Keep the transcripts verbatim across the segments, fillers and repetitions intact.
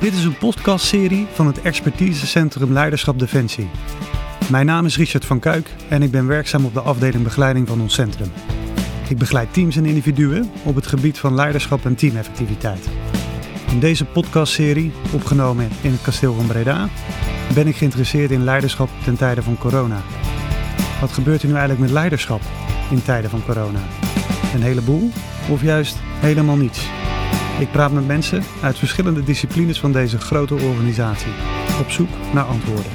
Dit is een podcastserie van het Expertisecentrum Leiderschap Defensie. Mijn naam is Richard van Kuik en ik ben werkzaam op de afdeling begeleiding van ons centrum. Ik begeleid teams en individuen op het gebied van leiderschap en teameffectiviteit. In deze podcastserie, opgenomen in het Kasteel van Breda, ben ik geïnteresseerd in leiderschap ten tijde van corona. Wat gebeurt er nu eigenlijk met leiderschap in tijden van corona? Een heleboel of juist helemaal niets? Ik praat met mensen uit verschillende disciplines van deze grote organisatie, op zoek naar antwoorden.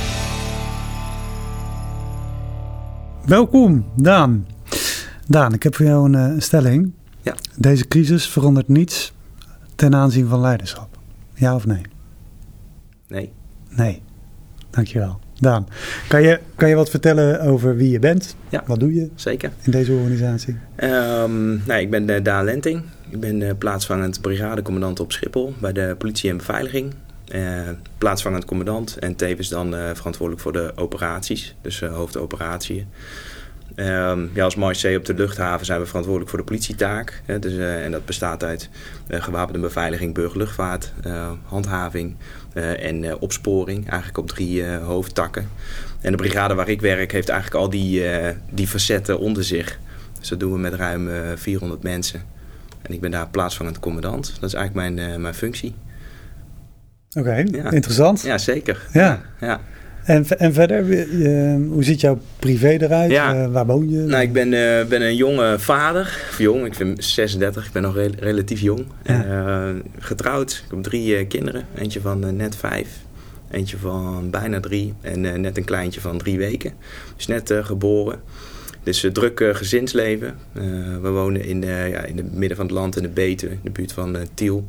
Welkom, Daan. Daan, ik heb voor jou een, een stelling. Ja. Deze crisis verandert niets ten aanzien van leiderschap. Ja of nee? Nee. Nee. Dankjewel. Daan, kan je, kan je wat vertellen over wie je bent? Ja, wat doe je zeker. In deze organisatie? Um, nou, ik ben uh, Daan Lenting. Ik ben uh, plaatsvangend brigadecommandant op Schiphol bij de politie en beveiliging. Uh, plaatsvangend commandant en tevens dan uh, verantwoordelijk voor de operaties, dus uh, hoofdoperaties. Um, ja, als Marseille op de luchthaven zijn we verantwoordelijk voor de politietaak. Hè, dus, uh, en dat bestaat uit uh, gewapende beveiliging, burgerluchtvaart, uh, handhaving uh, en uh, opsporing. Eigenlijk op drie uh, hoofdtakken. En de brigade waar ik werk heeft eigenlijk al die, uh, die facetten onder zich. Dus dat doen we met ruim uh, vierhonderd mensen. En ik ben daar plaatsvangend commandant. Dat is eigenlijk mijn, uh, mijn functie. Oké, okay, ja. Interessant. Ja, zeker. Ja. ja, ja. En, en verder, uh, hoe ziet jouw privé eruit? Ja. Uh, waar woon je? Nou, ik ben, uh, ben een jonge vader. Of jong, ik ben zesendertig. Ik ben nog re- relatief jong. Ja. Uh, getrouwd. Ik heb drie uh, kinderen. Eentje van uh, net vijf. Eentje van bijna drie. En uh, net een kleintje van drie weken. Dus net uh, geboren. Dus een uh, druk uh, gezinsleven. Uh, we wonen in, uh, ja, in het midden van het land in de Betuwe. In de buurt van uh, Tiel.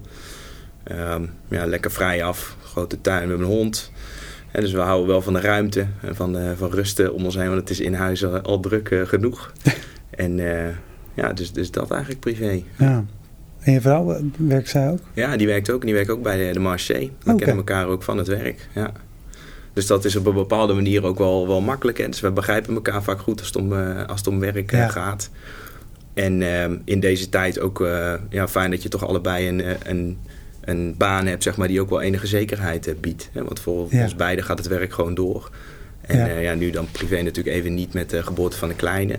Um, ja, lekker vrij af. Grote tuin. We hebben een hond. En dus we houden wel van de ruimte en van, uh, van rusten om ons heen, want het is in huis al, al druk uh, genoeg. en uh, ja, dus, dus dat eigenlijk privé. Ja. En je vrouw, werkt zij ook? Ja, die werkt ook. En die werkt ook bij de, de Marseille. We okay. kennen elkaar ook van het werk. Ja. Dus dat is op een bepaalde manier ook wel, wel makkelijk. Hè? Dus we begrijpen elkaar vaak goed als het om, uh, als het om werk uh, ja. gaat. En uh, in deze tijd ook uh, ja, fijn dat je toch allebei een... een een baan hebt, zeg maar, die ook wel enige zekerheid uh, biedt. Hè? Want voor ja. ons beiden gaat het werk gewoon door. En ja. Uh, ja, nu dan privé natuurlijk even niet met de geboorte van de kleine.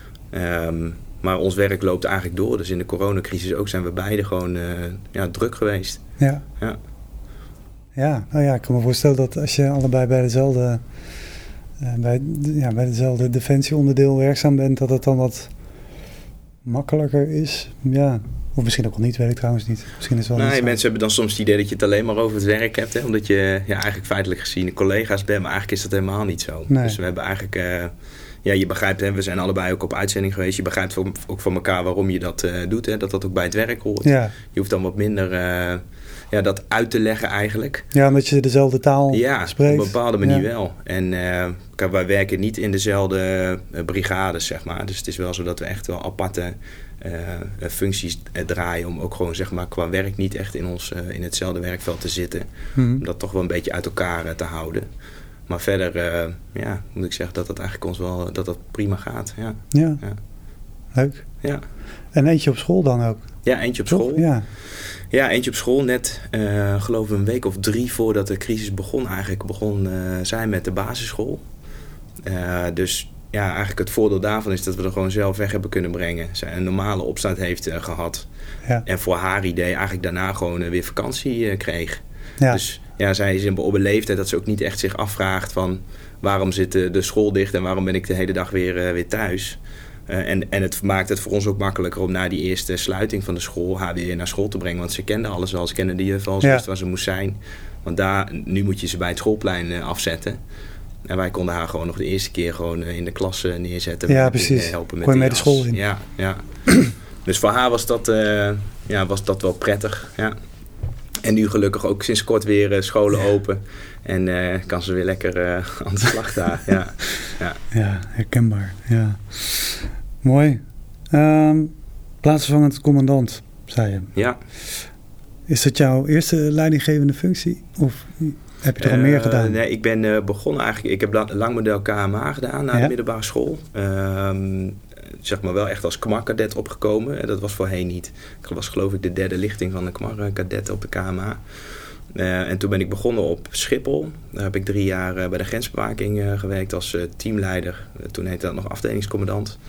Um, maar ons werk loopt eigenlijk door. Dus in de coronacrisis ook zijn we beiden gewoon uh, ja, druk geweest. Ja. Ja. Ja, nou ja, ik kan me voorstellen dat als je allebei bij dezelfde, uh, bij, ja, bij dezelfde defensieonderdeel werkzaam bent, dat het dan wat makkelijker is. Ja. Of misschien ook al niet, weet ik trouwens niet. Misschien is het wel nee, mensen hebben dan soms het idee dat je het alleen maar over het werk hebt. Hè? Omdat je ja, eigenlijk feitelijk gezien collega's bent. Maar eigenlijk is dat helemaal niet zo. Nee. Dus we hebben eigenlijk... Uh, ja, je begrijpt, hè, we zijn allebei ook op uitzending geweest. Je begrijpt ook van elkaar waarom je dat uh, doet. Hè? Dat dat ook bij het werk hoort. Ja. Je hoeft dan wat minder uh, ja, dat uit te leggen eigenlijk. Ja, omdat je dezelfde taal ja, spreekt. Ja, op een bepaalde manier ja. wel. En uh, kijk, wij werken niet in dezelfde uh, brigades, zeg maar. Dus het is wel zo dat we echt wel aparte... Uh, functies uh, draaien om ook gewoon zeg maar qua werk niet echt in ons uh, in hetzelfde werkveld te zitten. Mm-hmm. Om dat toch wel een beetje uit elkaar uh, te houden. Maar verder uh, ja, moet ik zeggen dat dat eigenlijk ons wel dat dat prima gaat. Ja. Ja. Ja. Leuk. Ja. En eentje op school dan ook? Ja, eentje op toch? school. Ja. Ja, eentje op school net uh, geloof ik een week of drie voordat de crisis begon eigenlijk begon uh, zij met de basisschool. Uh, dus ja, eigenlijk het voordeel daarvan is dat we er gewoon zelf weg hebben kunnen brengen. Zij een normale opstart heeft uh, gehad. Ja. En voor haar idee eigenlijk daarna gewoon uh, weer vakantie uh, kreeg. Ja. Dus ja, zij is op een leeftijd dat ze ook niet echt zich afvraagt van... waarom zit de, de school dicht en waarom ben ik de hele dag weer, uh, weer thuis? Uh, en, en het maakt het voor ons ook makkelijker om na die eerste sluiting van de school... haar weer naar school te brengen. Want ze kende alles al. Ze kende de juf al. Ze ja. wist waar ze moest zijn. Want daar, nu moet je ze bij het schoolplein uh, afzetten... En wij konden haar gewoon nog de eerste keer gewoon in de klas neerzetten. Ja, precies. Helpen met Kon je mee de school in. Ja, ja. Dus voor haar was dat, uh, ja, was dat wel prettig. Ja. En nu gelukkig ook sinds kort weer uh, scholen ja. open. En uh, kan ze weer lekker uh, aan de slag daar. ja. Ja. ja, herkenbaar. Ja. Mooi. Um, plaatsvervangend commandant, zei je. Ja. Is dat jouw eerste leidinggevende functie? Of... Heb je er al uh, meer gedaan? Nee, ik ben uh, begonnen eigenlijk... Ik heb langmodel K M A gedaan na ja? de middelbare school. Um, zeg maar wel echt als K M A R-kadet opgekomen. Dat was voorheen niet. Ik was geloof ik de derde lichting van de K M A R-kadet op de K M A. Uh, en toen ben ik begonnen op Schiphol. Daar heb ik drie jaar uh, bij de grensbewaking uh, gewerkt als uh, teamleider. Uh, toen heette dat nog afdelingscommandant.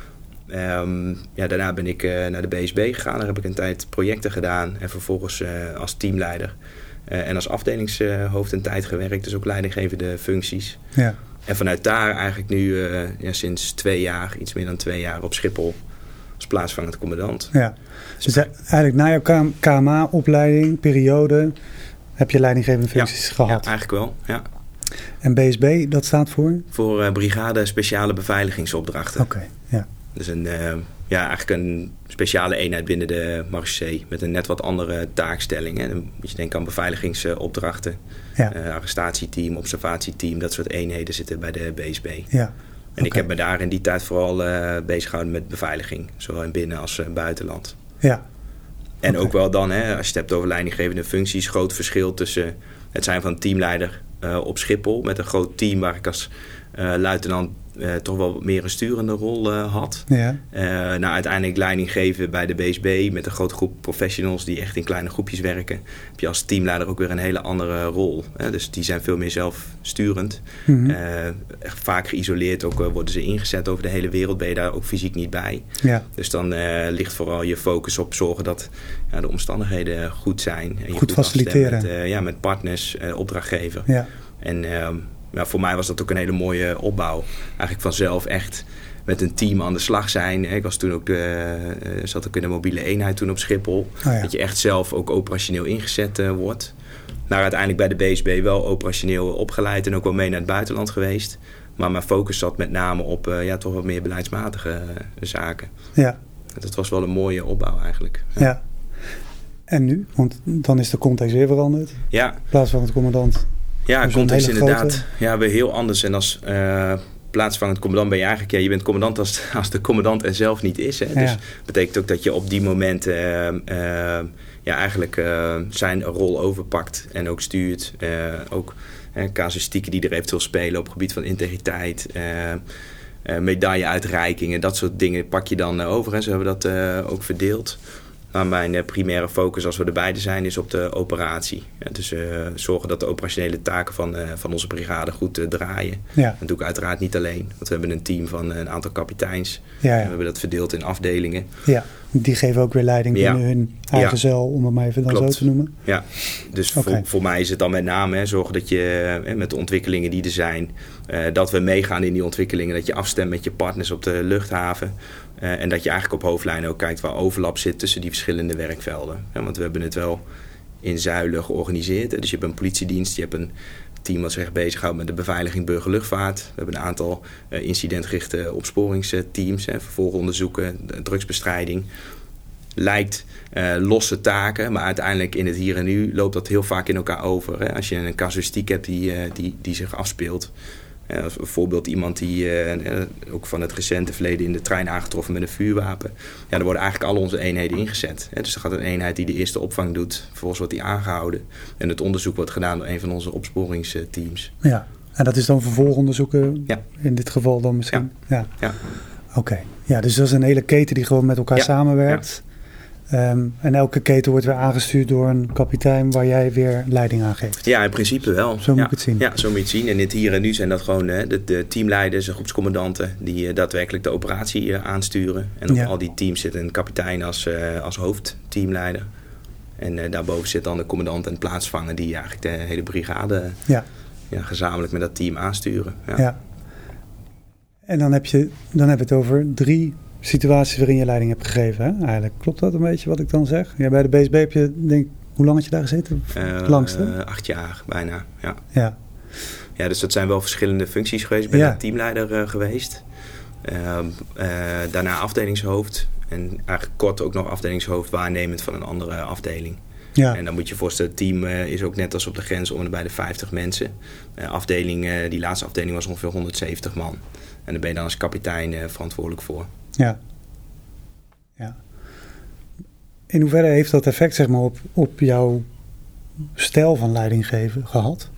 Um, ja, daarna ben ik uh, naar de B S B gegaan. Daar heb ik een tijd projecten gedaan. En vervolgens uh, als teamleider uh, en als afdelingshoofd een tijd gewerkt. Dus ook leidinggevende functies. Ja. En vanuit daar eigenlijk nu uh, ja, sinds twee jaar, iets meer dan twee jaar op Schiphol als plaatsvangend commandant. Ja. Dus eigenlijk na jouw K M A-opleiding, periode, heb je leidinggevende functies ja, gehad? Ja, eigenlijk wel, ja. En B S B, dat staat voor? Voor uh, Brigade Speciale Beveiligingsopdrachten. Oké, okay, ja. Dus een, uh, ja, eigenlijk een speciale eenheid binnen de Marechaussee met een net wat andere taakstelling. Hè. Dan moet je denken aan beveiligingsopdrachten, ja. uh, arrestatieteam, observatieteam, dat soort eenheden zitten bij de B S B. Ja. En okay. ik heb me daar in die tijd vooral uh, bezig gehouden met beveiliging, zowel in binnen- als uh, buitenland. Ja. En okay. ook wel dan, hè, als je het hebt over leidinggevende functies, groot verschil tussen het zijn van teamleider uh, op Schiphol met een groot team waar ik als uh, luitenant uh, toch wel meer een sturende rol uh, had. Ja. Uh, nou, uiteindelijk leiding geven bij de B S B met een grote groep professionals die echt in kleine groepjes werken. Heb je als teamleider ook weer een hele andere rol. Hè? Dus die zijn veel meer zelfsturend. Mm-hmm. Uh, echt vaak geïsoleerd, ook uh, worden ze ingezet over de hele wereld. Ben je daar ook fysiek niet bij. Ja. Dus dan uh, ligt vooral je focus op zorgen dat ja, de omstandigheden goed zijn. En je goed, goed faciliteren. Met, uh, ja, met partners, uh, opdrachtgever. Ja. En uh, ja, voor mij was dat ook een hele mooie opbouw. Eigenlijk vanzelf echt met een team aan de slag zijn. Ik was toen ook de, uh, zat ook in de mobiele eenheid toen op Schiphol. Oh ja. Dat je echt zelf ook operationeel ingezet uh, wordt. Maar uiteindelijk bij de B S B wel operationeel opgeleid en ook wel mee naar het buitenland geweest. Maar mijn focus zat met name op uh, ja, toch wat meer beleidsmatige uh, zaken. Ja. Dat was wel een mooie opbouw eigenlijk. Ja. ja. En nu? Want dan is de context weer veranderd. Ja. In plaats van het commandant. Ja, context inderdaad. Grote... Ja, weer heel anders. En als uh, plaatsvangend commandant ben je eigenlijk... Ja, je bent commandant als, als de commandant er zelf niet is. Hè? Ja. Dus dat betekent ook dat je op die momenten... Uh, uh, ja, eigenlijk uh, zijn rol overpakt en ook stuurt. Uh, ook uh, casuïstieken die er eventueel spelen op het gebied van integriteit... Uh, uh, medailleuitreikingen, dat soort dingen pak je dan uh, over. Hè? Zo hebben we dat uh, ook verdeeld. Maar mijn uh, primaire focus als we er beide zijn is op de operatie. Ja, dus uh, zorgen dat de operationele taken van, uh, van onze brigade goed uh, draaien. Ja. Dat doe ik uiteraard niet alleen. Want we hebben een team van uh, een aantal kapiteins. Ja, ja. We hebben dat verdeeld in afdelingen. Ja, die geven ook weer leiding binnen ja. hun eigen ja. cel, om het maar even dan Klopt. zo te noemen. Ja, dus okay. voor, voor mij is het dan met name hè, zorgen dat je uh, met de ontwikkelingen die er zijn... Uh, dat we meegaan in die ontwikkelingen. Dat je afstemt met je partners op de luchthaven... Uh, en dat je eigenlijk op hoofdlijnen ook kijkt waar overlap zit tussen die verschillende werkvelden. Ja, want we hebben het wel in zuilen georganiseerd. Hè. Dus je hebt een politiedienst, je hebt een team wat zich bezighoudt met de beveiliging burgerluchtvaart. We hebben een aantal uh, incidentgerichte opsporingsteams, hè, vervolgonderzoeken, drugsbestrijding. Lijkt uh, losse taken, maar uiteindelijk in het hier en nu loopt dat heel vaak in elkaar over. Hè. Als je een casuïstiek hebt die, uh, die, die zich afspeelt... Ja, als bijvoorbeeld iemand die uh, ook van het recente verleden in de trein aangetroffen met een vuurwapen. Ja, dan worden eigenlijk al onze eenheden ingezet. Hè. Dus er gaat een eenheid die de eerste opvang doet. Vervolgens wordt die aangehouden. En het onderzoek wordt gedaan door een van onze opsporingsteams. Ja, en dat is dan vervolgonderzoeken? Ja. In dit geval dan misschien? Ja. ja. ja. Oké. Okay. Ja, dus dat is een hele keten die gewoon met elkaar ja. samenwerkt. Ja. Um, en elke keten wordt weer aangestuurd door een kapitein waar jij weer leiding aan geeft. Ja, in principe wel. Zo moet ja. ik het zien. Ja, zo moet je het zien. En dit hier en nu zijn dat gewoon hè, de, de teamleiders, de groepscommandanten die uh, daadwerkelijk de operatie uh, aansturen. En op ja. al die teams zit een kapitein als, uh, als hoofdteamleider. En uh, daarboven zit dan de commandant en plaatsvanger die eigenlijk de hele brigade ja. Ja, gezamenlijk met dat team aansturen. Ja. ja. En dan heb je dan heb je het over drie situaties waarin je leiding hebt gegeven. Hè? Eigenlijk klopt dat een beetje wat ik dan zeg? Ja, bij de B S B heb je, denk hoe lang had je daar gezeten? Uh, Langste? Uh, acht jaar bijna, ja. ja. Ja, dus dat zijn wel verschillende functies geweest. Ik ben ja. teamleider uh, geweest. Uh, uh, daarna afdelingshoofd. En eigenlijk kort ook nog afdelingshoofd waarnemend van een andere afdeling. Ja. En dan moet je je voorstellen, het team uh, is ook net als op de grens om en bij de vijftig mensen. Uh, afdeling, uh, die laatste afdeling was ongeveer honderdzeventig man. En daar ben je dan als kapitein uh, verantwoordelijk voor. Ja. ja. In hoeverre heeft dat effect zeg maar, op, op jouw stijl van leiding geven gehad?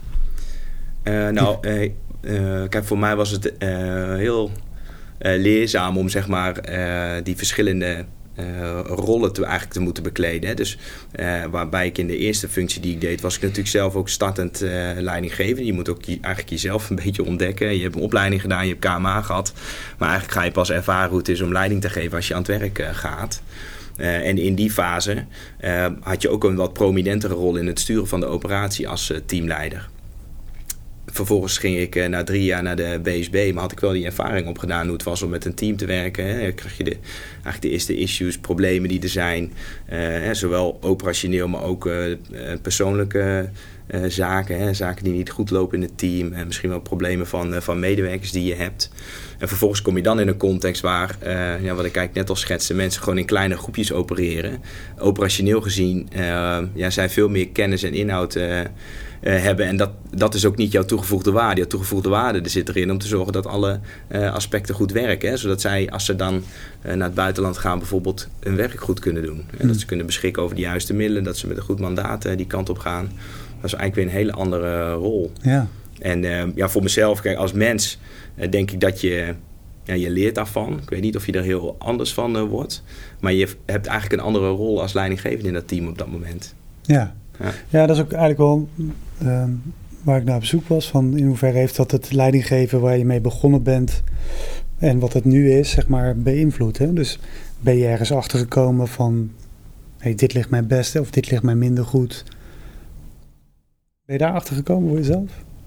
Uh, nou, uh, uh, kijk, voor mij was het uh, heel uh, leerzaam om zeg maar, uh, die verschillende uh, rollen te, eigenlijk te moeten bekleden. Hè. Dus uh, waarbij ik in de eerste functie die ik deed, was ik natuurlijk zelf ook startend uh, leidinggevende. Je moet ook je, eigenlijk jezelf een beetje ontdekken. Je hebt een opleiding gedaan, je hebt K M A gehad. Maar eigenlijk ga je pas ervaren hoe het is om leiding te geven als je aan het werk uh, gaat. Uh, en in die fase uh, had je ook een wat prominentere rol in het sturen van de operatie als uh, teamleider. Vervolgens ging ik uh, na drie jaar naar de B S B, maar had ik wel die ervaring opgedaan hoe het was om met een team te werken. Hè. Dan krijg je de, eigenlijk de eerste issues, problemen die er zijn. Uh, hè, zowel operationeel, maar ook uh, persoonlijke uh, zaken. Hè. Zaken die niet goed lopen in het team. En misschien wel problemen van, uh, van medewerkers die je hebt. En vervolgens kom je dan in een context waar, uh, ja, wat ik eigenlijk net al schetste, mensen gewoon in kleine groepjes opereren. Operationeel gezien uh, ja, zijn veel meer kennis en inhoud uh, Uh, hebben. En dat, dat is ook niet jouw toegevoegde waarde. Jouw toegevoegde waarde er zit erin om te zorgen dat alle uh, aspecten goed werken. Hè? Zodat zij, als ze dan uh, naar het buitenland gaan, bijvoorbeeld hun werk goed kunnen doen. En mm. dat ze kunnen beschikken over de juiste middelen. Dat ze met een goed mandaat uh, die kant op gaan. Dat is eigenlijk weer een hele andere rol. Ja. En uh, ja, voor mezelf, kijk, als mens uh, denk ik dat je... Ja, je leert daarvan. Ik weet niet of je er heel anders van uh, wordt. Maar je hebt eigenlijk een andere rol als leidinggevende in dat team op dat moment. Ja. Ja. ja, dat is ook eigenlijk wel uh, waar ik naar op zoek was. Van in hoeverre heeft dat het leidinggeven waar je mee begonnen bent en wat het nu is, zeg maar, beïnvloed. Hè? Dus ben je ergens achtergekomen van, hey, dit ligt mij best of dit ligt mij minder goed. Ben je daar achtergekomen voor jezelf?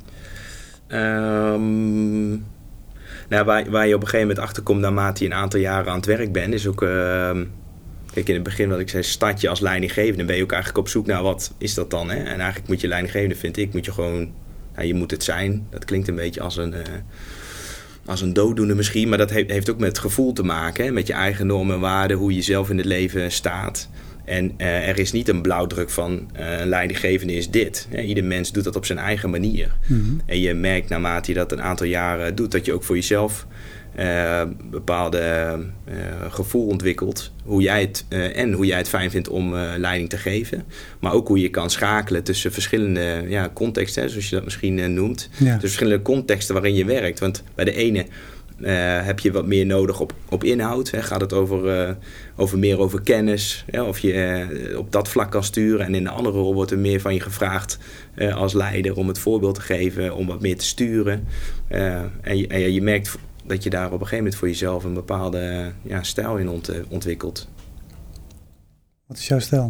Um, nou, waar, waar je op een gegeven moment achterkomt naarmate je een aantal jaren aan het werk bent, is ook... Uh, Kijk, in het begin wat ik zei, start je als leidinggevende, ben je ook eigenlijk op zoek naar wat is dat dan. Hè? En eigenlijk moet je leidinggevende, vind ik, moet je gewoon, nou, je moet het zijn. Dat klinkt een beetje als een, uh, als een dooddoener misschien, maar dat heeft, heeft ook met het gevoel te maken. Hè? Met je eigen normen en waarden, hoe je zelf in het leven staat. En uh, er is niet een blauwdruk van uh, een leidinggevende is dit. Hè? Ieder mens doet dat op zijn eigen manier. Mm-hmm. En je merkt naarmate je dat een aantal jaren doet, dat je ook voor jezelf... Uh, bepaalde uh, gevoel ontwikkelt hoe jij het, uh, en hoe jij het fijn vindt om uh, leiding te geven. Maar ook hoe je kan schakelen tussen verschillende ja, contexten, hè, zoals je dat misschien uh, noemt. Ja. Dus verschillende contexten waarin je werkt. Want bij de ene uh, heb je wat meer nodig op, op inhoud. Hè. Gaat het over, uh, over meer over kennis, hè, of je uh, op dat vlak kan sturen. En in de andere rol wordt er meer van je gevraagd uh, als leider om het voorbeeld te geven, om wat meer te sturen. Uh, en, je, en je merkt... dat je daar op een gegeven moment voor jezelf een bepaalde ja, stijl in ont, ontwikkelt. Wat is jouw stijl?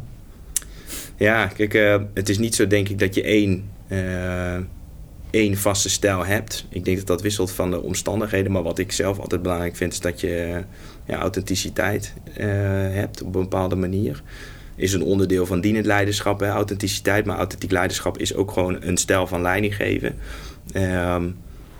Ja, kijk, uh, het is niet zo denk ik dat je één, uh, één vaste stijl hebt. Ik denk dat dat wisselt van de omstandigheden. Maar wat ik zelf altijd belangrijk vind is dat je uh, ja, authenticiteit uh, hebt op een bepaalde manier. Is een onderdeel van dienend leiderschap, hè, authenticiteit. Maar authentiek leiderschap is ook gewoon een stijl van leiding geven. Um,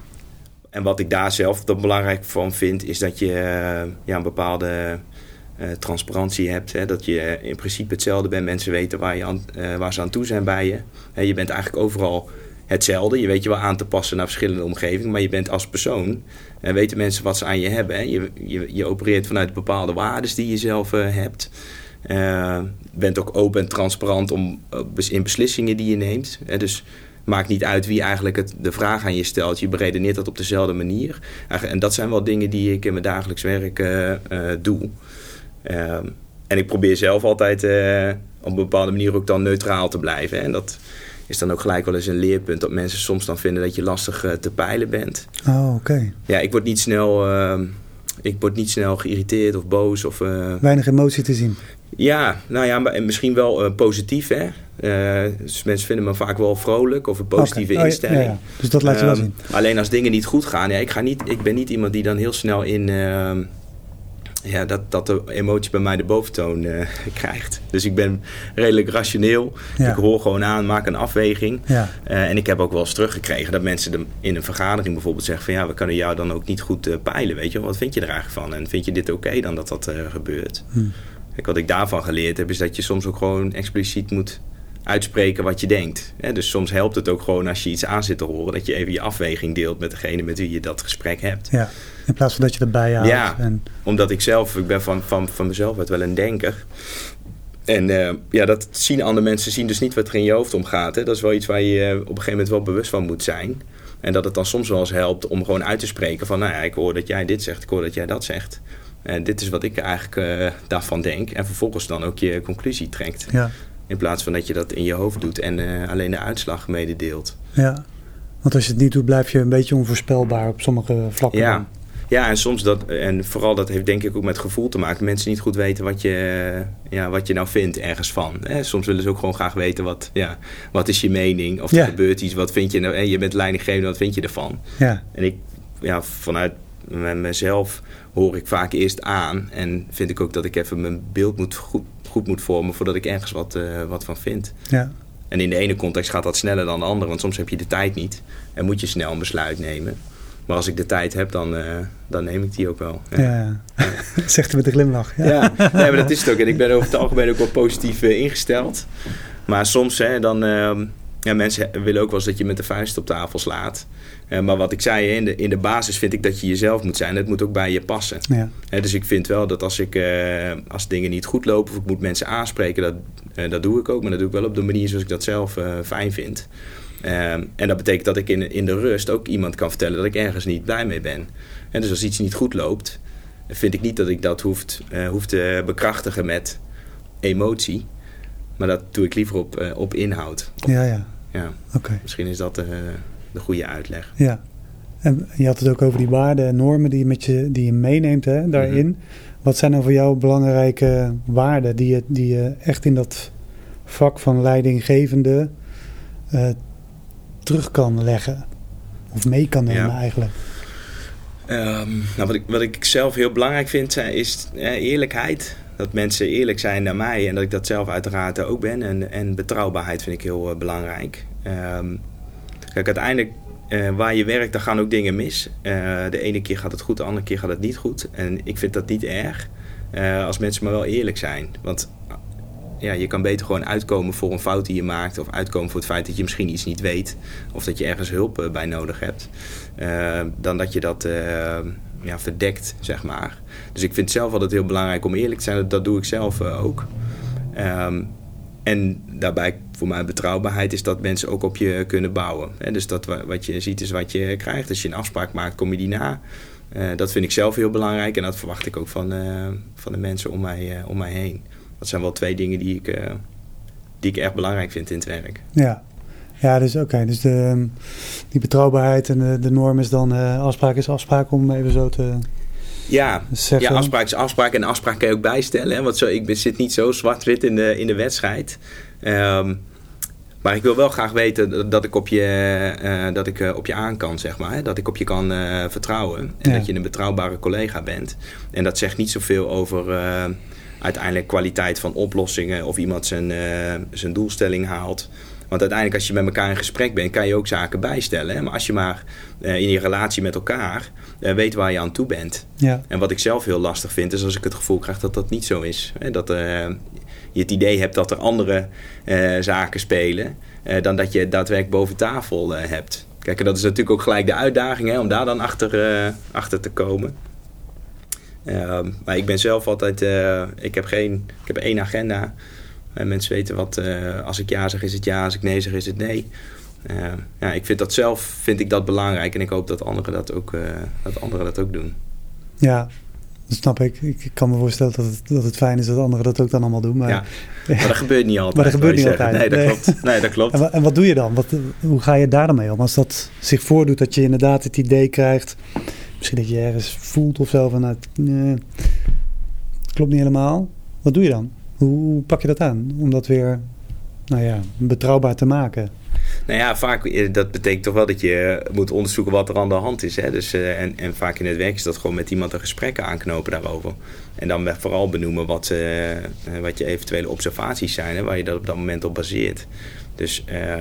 En wat ik daar zelf dan belangrijk van vind, is dat je uh, ja, een bepaalde uh, transparantie hebt. Hè? Dat je in principe hetzelfde bent. Mensen weten waar, je aan, uh, waar ze aan toe zijn bij je. Hè, je bent eigenlijk overal hetzelfde. Je weet je wel aan te passen naar verschillende omgevingen. Maar je bent als persoon. En weten mensen wat ze aan je hebben. Hè? Je, je, je opereert vanuit bepaalde waarden die je zelf uh, hebt. Je uh, bent ook open en transparant om, uh, in beslissingen die je neemt. Hè? Dus... maakt niet uit wie eigenlijk het, de vraag aan je stelt. Je beredeneert dat op dezelfde manier. En dat zijn wel dingen die ik in mijn dagelijks werk uh, uh, doe. Uh, en ik probeer zelf altijd uh, op een bepaalde manier ook dan neutraal te blijven. En dat is dan ook gelijk wel eens een leerpunt. Dat mensen soms dan vinden dat je lastig uh, te peilen bent. Oh, oké. Okay. Ja, ik word niet snel... Uh, ik word niet snel geïrriteerd of boos. Of, uh... weinig emotie te zien. Ja, nou ja, maar misschien wel uh, positief, hè. Uh, dus mensen vinden me vaak wel vrolijk of een positieve okay. oh, instelling. Ja, ja. Dus dat laat je um, wel zien. Alleen als dingen niet goed gaan, ja, ik, ga niet, ik ben niet iemand die dan heel snel in... Uh, ja, dat, dat de emotie bij mij de boventoon uh, krijgt. Dus ik ben redelijk rationeel. Ja. Ik hoor gewoon aan, maak een afweging. Ja. Uh, en ik heb ook wel eens teruggekregen dat mensen de, in een vergadering bijvoorbeeld zeggen van ja, we kunnen jou dan ook niet goed uh, peilen, weet je. Wat vind je er eigenlijk van? En vind je dit oké okay dan dat dat uh, gebeurt? Hm. Kijk, wat ik daarvan geleerd heb, is dat je soms ook gewoon expliciet moet uitspreken wat je denkt. Ja, dus soms helpt het ook gewoon als je iets aan zit te horen, dat je even je afweging deelt met degene met wie je dat gesprek hebt. Ja, in plaats van dat je erbij haalt. Ja, en... omdat ik zelf, ik ben van, van, van mezelf uit wel een denker. En uh, ja, dat zien andere mensen, zien dus niet wat er in je hoofd omgaat. Hè. Dat is wel iets waar je uh, op een gegeven moment wel bewust van moet zijn. En dat het dan soms wel eens helpt om gewoon uit te spreken van, nou ja, ik hoor dat jij dit zegt, ik hoor dat jij dat zegt. Uh, dit is wat ik eigenlijk uh, daarvan denk. En vervolgens dan ook je conclusie trekt. Ja. In plaats van dat je dat in je hoofd doet en uh, alleen de uitslag mededeelt. Ja, want als je het niet doet, blijf je een beetje onvoorspelbaar op sommige vlakken. Ja. Dan. Ja, en soms dat, en vooral dat heeft denk ik ook met gevoel te maken. Mensen niet goed weten wat je, ja, wat je nou vindt ergens van. Hè? Soms willen ze ook gewoon graag weten wat, ja, wat is je mening. Of er ja. gebeurt iets, wat vind je nou? En je bent leidinggevende, wat vind je ervan? Ja. En ik, ja, vanuit mezelf hoor ik vaak eerst aan. En vind ik ook dat ik even mijn beeld moet goed, goed moet vormen voordat ik ergens wat, uh, wat van vind. Ja. En in de ene context gaat dat sneller dan de andere. Want soms heb je de tijd niet en moet je snel een besluit nemen. Maar als ik de tijd heb, dan, uh, dan neem ik die ook wel. Ja, ja, ja. Zegt hij met een glimlach. Ja. Ja, nee, maar dat is het ook. En ik ben over het algemeen ook wel positief uh, ingesteld. Maar soms, hè, dan... Uh, ja, mensen willen ook wel eens dat je met de vuist op tafel slaat. Uh, maar wat ik zei, in de, in de basis vind ik dat je jezelf moet zijn. Het moet ook bij je passen. Ja. Uh, dus ik vind wel dat als, ik, uh, als dingen niet goed lopen... of ik moet mensen aanspreken, dat, uh, dat doe ik ook. Maar dat doe ik wel op de manier zoals ik dat zelf uh, fijn vind. Uh, en dat betekent dat ik in, in de rust ook iemand kan vertellen... dat ik ergens niet blij mee ben. En dus als iets niet goed loopt... vind ik niet dat ik dat hoeft, uh, hoef te bekrachtigen met emotie... Maar dat doe ik liever op, uh, op inhoud. Ja, ja. Ja, okay. Misschien is dat uh, de goede uitleg. Ja, en je had het ook over die waarden en normen die je, met je, die je meeneemt hè, daarin. Mm-hmm. Wat zijn nou voor jou belangrijke waarden die je, die je echt in dat vak van leidinggevende uh, terug kan leggen? Of mee kan nemen ja. eigenlijk? Um, nou, wat, ik, wat ik zelf heel belangrijk vind is uh, eerlijkheid. Dat mensen eerlijk zijn naar mij en dat ik dat zelf uiteraard ook ben. En, en betrouwbaarheid vind ik heel uh, belangrijk. Um, kijk, uiteindelijk uh, waar je werkt, daar gaan ook dingen mis. Uh, de ene keer gaat het goed, de andere keer gaat het niet goed. En ik vind dat niet erg uh, als mensen maar wel eerlijk zijn. Want ja, je kan beter gewoon uitkomen voor een fout die je maakt. Of uitkomen voor het feit dat je misschien iets niet weet. Of dat je ergens hulp uh, bij nodig hebt. Uh, dan dat je dat... Uh, Ja, verdekt, zeg maar. Dus ik vind het zelf altijd heel belangrijk om eerlijk te zijn. Dat, dat doe ik zelf uh, ook. Um, en daarbij voor mij betrouwbaarheid is dat mensen ook op je kunnen bouwen. Hè? Dus dat wat je ziet is wat je krijgt. Als je een afspraak maakt, kom je die na. Uh, dat vind ik zelf heel belangrijk. En dat verwacht ik ook van, uh, van de mensen om mij, uh, om mij heen. Dat zijn wel twee dingen die ik, uh, die ik erg belangrijk vind in het werk. Ja. Ja, dus oké. Okay, dus de, die betrouwbaarheid en de, de norm is dan uh, afspraak is afspraak om even zo te ja, zeggen. Ja, afspraak is afspraak en afspraak kan je ook bijstellen. Hè? Want zo, ik ben, zit niet zo zwart-wit in de, in de wedstrijd. Um, maar ik wil wel graag weten dat, dat ik, op je, uh, dat ik uh, op je aan kan, zeg maar. Hè? Dat ik op je kan uh, vertrouwen. En ja. dat je een betrouwbare collega bent. En dat zegt niet zoveel over... Uh, uiteindelijk kwaliteit van oplossingen... of iemand zijn, uh, zijn doelstelling haalt... Want uiteindelijk als je met elkaar in gesprek bent... kan je ook zaken bijstellen. Hè? Maar als je maar uh, in je relatie met elkaar... Uh, weet waar je aan toe bent. Ja. En wat ik zelf heel lastig vind... is als ik het gevoel krijg dat dat niet zo is. Hè? Dat uh, je het idee hebt dat er andere uh, zaken spelen... Uh, dan dat je daadwerkelijk boven tafel uh, hebt. Kijk, en dat is natuurlijk ook gelijk de uitdaging... Hè? Om daar dan achter, uh, achter te komen. Uh, maar ik ben zelf altijd... Uh, ik heb geen... Ik heb één agenda... En mensen weten wat, uh, als ik ja zeg is het ja, als ik nee zeg is het nee. Uh, ja, ik vind dat zelf vind ik dat belangrijk en ik hoop dat anderen dat ook, uh, dat anderen dat ook doen. Ja, dat snap ik. Ik kan me voorstellen dat het, dat het fijn is dat anderen dat ook dan allemaal doen. Maar, ja, maar dat gebeurt niet altijd. Maar dat gebeurt niet altijd. Nee, dat nee. klopt. Nee, dat klopt. En, wat, en wat doe je dan? Wat, hoe ga je daar dan mee om? Als dat zich voordoet dat je inderdaad het idee krijgt, misschien dat je ergens voelt of zo van nou, nee, het klopt niet helemaal. Wat doe je dan? Hoe pak je dat aan? Om dat weer nou ja, betrouwbaar te maken? Nou ja, vaak dat betekent toch wel dat je moet onderzoeken wat er aan de hand is. Hè? Dus, uh, en, en vaak in het werk is dat gewoon met iemand een gesprek aanknopen daarover. En dan vooral benoemen wat, uh, wat je eventuele observaties zijn. Hè? Waar je dat op dat moment op baseert. Dus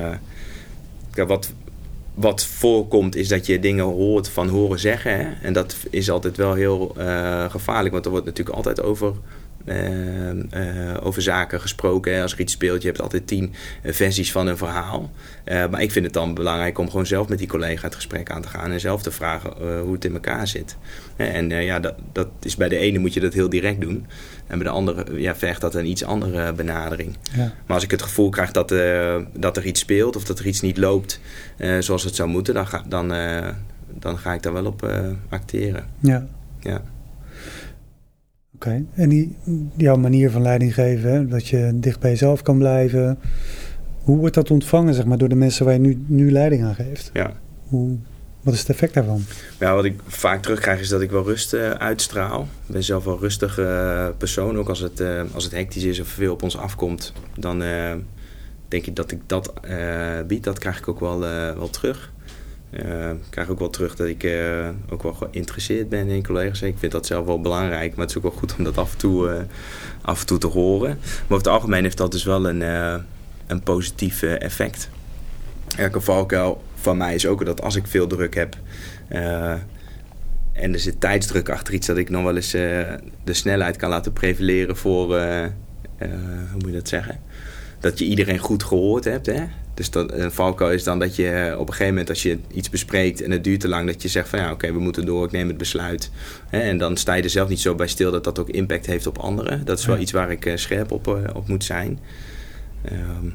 uh, wat, wat voorkomt is dat je dingen hoort van horen zeggen. Hè? En dat is altijd wel heel uh, gevaarlijk. Want er wordt natuurlijk altijd over... Uh, uh, over zaken gesproken. Hè. Als er iets speelt, je hebt altijd tien uh, versies van een verhaal. Uh, maar ik vind het dan belangrijk om gewoon zelf met die collega het gesprek aan te gaan en zelf te vragen uh, hoe het in elkaar zit. Uh, en uh, ja, dat, dat is bij de ene moet je dat heel direct doen. En bij de andere ja, vergt dat een iets andere benadering. Ja. Maar als ik het gevoel krijg dat, uh, dat er iets speelt of dat er iets niet loopt uh, zoals het zou moeten, dan ga, dan, uh, dan ga ik daar wel op uh, acteren. Ja. Ja. Okay. En die, jouw manier van leiding geven, hè? Dat je dicht bij jezelf kan blijven. Hoe wordt dat ontvangen, zeg maar, door de mensen waar je nu, nu leiding aan geeft? Ja. Hoe, wat is het effect daarvan? Ja, wat ik vaak terugkrijg is dat ik wel rust uh, uitstraal. Ik ben zelf wel een rustige uh, persoon. Ook als het, uh, als het hectisch is of veel op ons afkomt, dan uh, denk ik dat ik dat uh, bied. Dat krijg ik ook wel, uh, wel terug. Uh, ik krijg ook wel terug dat ik uh, ook wel geïnteresseerd ben in collega's. Ik vind dat zelf wel belangrijk, maar het is ook wel goed om dat af en toe, uh, af en toe te horen. Maar over het algemeen heeft dat dus wel een, uh, een positief uh, effect. Een valkuil van mij is ook dat als ik veel druk heb uh, en er zit tijdsdruk achter iets, dat ik nog wel eens uh, de snelheid kan laten prevaleren voor, uh, uh, hoe moet je dat zeggen? Dat je iedereen goed gehoord hebt, hè? Dus dat, een valkuil is dan dat je op een gegeven moment, als je iets bespreekt en het duurt te lang, dat je zegt van ja, oké, okay, we moeten door, ik neem het besluit. Hè? En dan sta je er zelf niet zo bij stil dat dat ook impact heeft op anderen. Dat is wel ja. iets waar ik uh, scherp op, uh, op moet zijn. Um,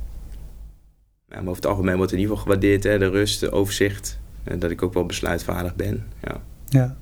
ja, maar over het algemeen wordt in ieder geval gewaardeerd, hè? De rust, de overzicht, uh, dat ik ook wel besluitvaardig ben. Ja. Ja.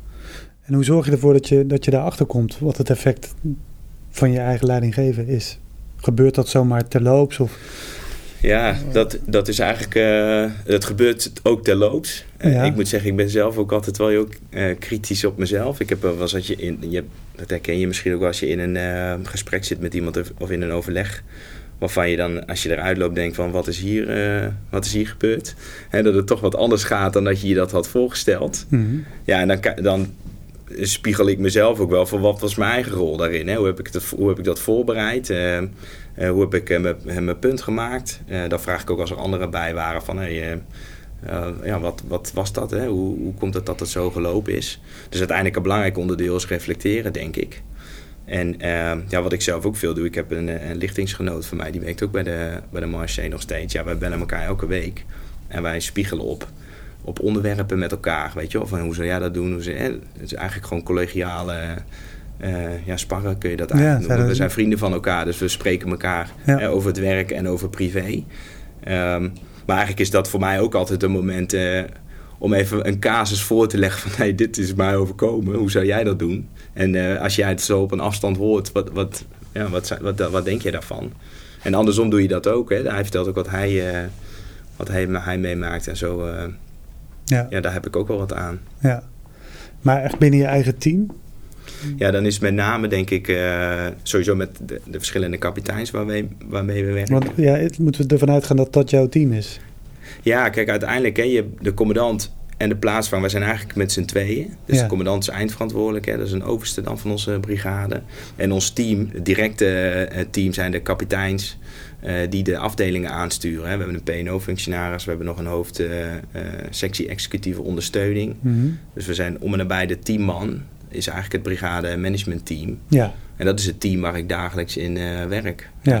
En hoe zorg je ervoor dat je, dat je daarachter komt, wat het effect van je eigen leidinggeven is? Gebeurt dat zomaar terloops? Of... Ja, dat, dat is eigenlijk... Uh, dat gebeurt ook terloops. Uh, ja. Ik moet zeggen, ik ben zelf ook altijd wel heel uh, kritisch op mezelf. Ik heb wel eens dat je in... Je, dat herken je misschien ook wel als je in een uh, gesprek zit met iemand of, of in een overleg, waarvan je dan, als je eruit loopt, denkt van wat is hier, uh, wat is hier gebeurd? Hè, dat het toch wat anders gaat dan dat je je dat had voorgesteld. Mm-hmm. Ja, en dan... dan spiegel ik mezelf ook wel van wat was mijn eigen rol daarin. Hè? Hoe, heb ik dat, hoe heb ik dat voorbereid? Uh, uh, hoe heb ik uh, mijn, mijn punt gemaakt? Uh, dan vraag ik ook als er anderen bij waren van hey, uh, uh, ja, wat, wat was dat? Hè? Hoe, hoe komt het dat het zo gelopen is? Dus uiteindelijk een belangrijk onderdeel is reflecteren, denk ik. En uh, ja, wat ik zelf ook veel doe, ik heb een, een lichtingsgenoot van mij, die werkt ook bij de, bij de Marché nog steeds. Ja, wij bellen elkaar elke week en wij spiegelen op. op onderwerpen met elkaar, weet je wel, van hoe zou jij dat doen? Hoe zou, hè? Het is eigenlijk gewoon collegiale uh, ja, sparren kun je dat eigenlijk ja, noemen. We zijn vrienden van elkaar, dus we spreken elkaar ja. uh, over het werk en over privé. Um, maar eigenlijk is dat voor mij ook altijd een moment uh, om even een casus voor te leggen van hey, dit is mij overkomen, hoe zou jij dat doen? En uh, als jij het zo op een afstand hoort, wat, wat, ja, wat, wat, wat, wat denk je daarvan? En andersom doe je dat ook, hè? Hij vertelt ook wat hij, uh, wat hij, hij meemaakt en zo... Uh, Ja. ja, daar heb ik ook wel wat aan. Ja. Maar echt binnen je eigen team? Ja, dan is met name denk ik uh, sowieso met de, de verschillende kapiteins waarmee, waarmee we werken. Want ja, het, moeten we ervan uitgaan dat dat jouw team is? Ja, kijk, uiteindelijk hè, je, de commandant en de plaatsvanger, wij zijn eigenlijk met z'n tweeën. Dus ja. de commandant is eindverantwoordelijk, hè, dat is een overste dan van onze brigade. En ons team, het directe uh, team, zijn de kapiteins uh, die de afdelingen aansturen. Hè. We hebben een P en O-functionaris, we hebben nog een hoofd uh, uh, sectie executieve ondersteuning. Mm-hmm. Dus we zijn om en nabij de tien man, is eigenlijk het brigade management team. Ja. En dat is het team waar ik dagelijks in uh, werk. Ja.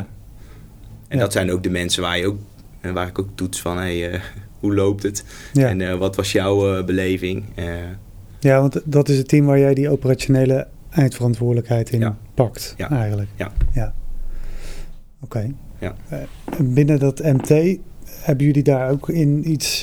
En ja. dat zijn ook de mensen waar, je ook, waar ik ook toets van... Hey, uh, hoe loopt het? Ja. En uh, wat was jouw uh, beleving? Uh, ja, want dat is het team waar jij die operationele eindverantwoordelijkheid in ja. pakt, ja. eigenlijk. Ja. ja. Oké. Okay. Ja. Uh, binnen dat M T, hebben jullie daar ook in iets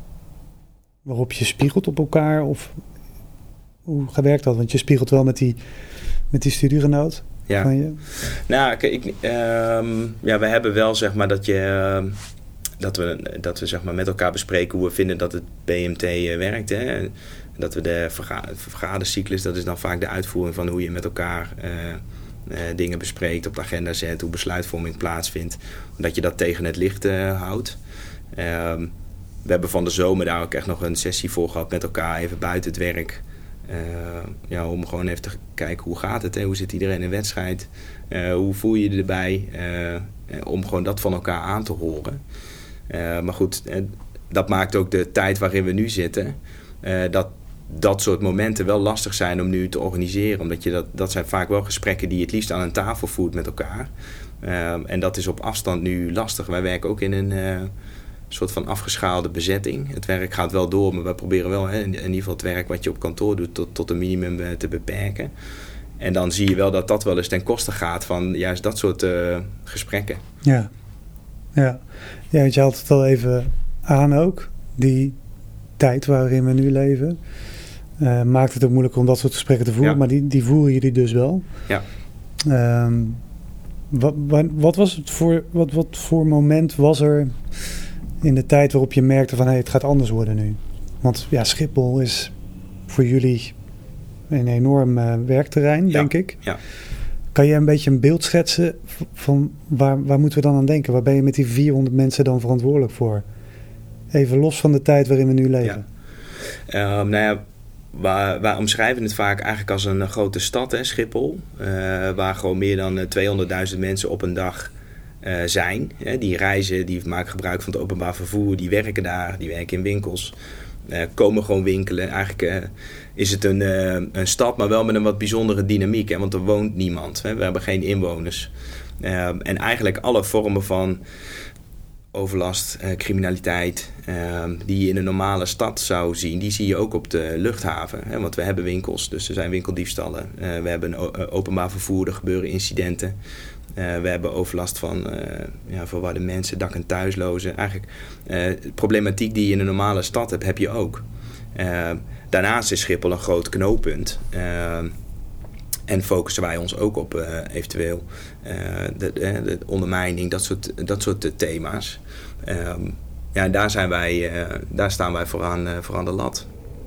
waarop je spiegelt op elkaar? Of hoe werkt dat? Want je spiegelt wel met die, met die studiegenoot ja. van je. Nou, kijk, um, ja, we hebben wel zeg maar dat je... Um, Dat we, dat we zeg maar met elkaar bespreken hoe we vinden dat het B M T uh, werkt. Hè. Dat we de verga- vergadercyclus, dat is dan vaak de uitvoering van hoe je met elkaar uh, uh, dingen bespreekt, op de agenda zet, hoe besluitvorming plaatsvindt. Dat je dat tegen het licht uh, houdt. Um, we hebben van de zomer daar ook echt nog een sessie voor gehad met elkaar, even buiten het werk. Uh, ja, om gewoon even te kijken hoe gaat het, hè? Hoe zit iedereen in een wedstrijd, uh, hoe voel je je erbij, uh, om gewoon dat van elkaar aan te horen. Uh, maar goed, uh, dat maakt ook de tijd waarin we nu zitten, uh, dat dat soort momenten wel lastig zijn om nu te organiseren. Omdat je dat, dat zijn vaak wel gesprekken die je het liefst aan een tafel voert met elkaar. Uh, en dat is op afstand nu lastig. Wij werken ook in een uh, soort van afgeschaalde bezetting. Het werk gaat wel door, maar we proberen wel hè, in ieder geval het werk wat je op kantoor doet tot, tot een minimum uh, te beperken. En dan zie je wel dat dat wel eens ten koste gaat van juist dat soort uh, gesprekken. Ja. Ja. ja, je haalt het al even aan ook. Die tijd waarin we nu leven. uh, maakt het ook moeilijker om dat soort gesprekken te voeren. Ja. Maar die, die voeren jullie dus wel. Ja. Um, wat, wat, wat was het voor, wat, wat voor moment was er in de tijd waarop je merkte van hey, het gaat anders worden nu? Want ja, Schiphol is voor jullie een enorm uh, werkterrein, ja. denk ik. Ja. Kan je een beetje een beeld schetsen van waar, waar moeten we dan aan denken? Waar ben je met die vierhonderd mensen dan verantwoordelijk voor? Even los van de tijd waarin we nu leven. Ja. Um, nou ja, wij, wij omschrijven het vaak eigenlijk als een grote stad, hè, Schiphol. Uh, waar gewoon meer dan tweehonderdduizend mensen op een dag uh, zijn. Hè, die reizen, die maken gebruik van het openbaar vervoer. Die werken daar, die werken in winkels. Uh, komen gewoon winkelen. Eigenlijk uh, is het een, uh, een stad, maar wel met een wat bijzondere dynamiek. Hè, want er woont niemand. Hè, we hebben geen inwoners. Uh, en eigenlijk alle vormen van overlast, uh, criminaliteit, uh, die je in een normale stad zou zien, die zie je ook op de luchthaven. Hè, want we hebben winkels, dus er zijn winkeldiefstallen. Uh, we hebben o- openbaar vervoer, er gebeuren incidenten. Uh, we hebben overlast van uh, ja, verwarde mensen, dak- en thuislozen. Eigenlijk uh, de problematiek die je in een normale stad hebt, heb je ook. Uh, daarnaast is Schiphol een groot knooppunt. Uh, en focussen wij ons ook op uh, eventueel uh, de, de, de ondermijning, dat soort, dat soort thema's. Uh, ja, en daar, zijn wij, uh, daar staan wij vooraan, uh, vooraan de lat.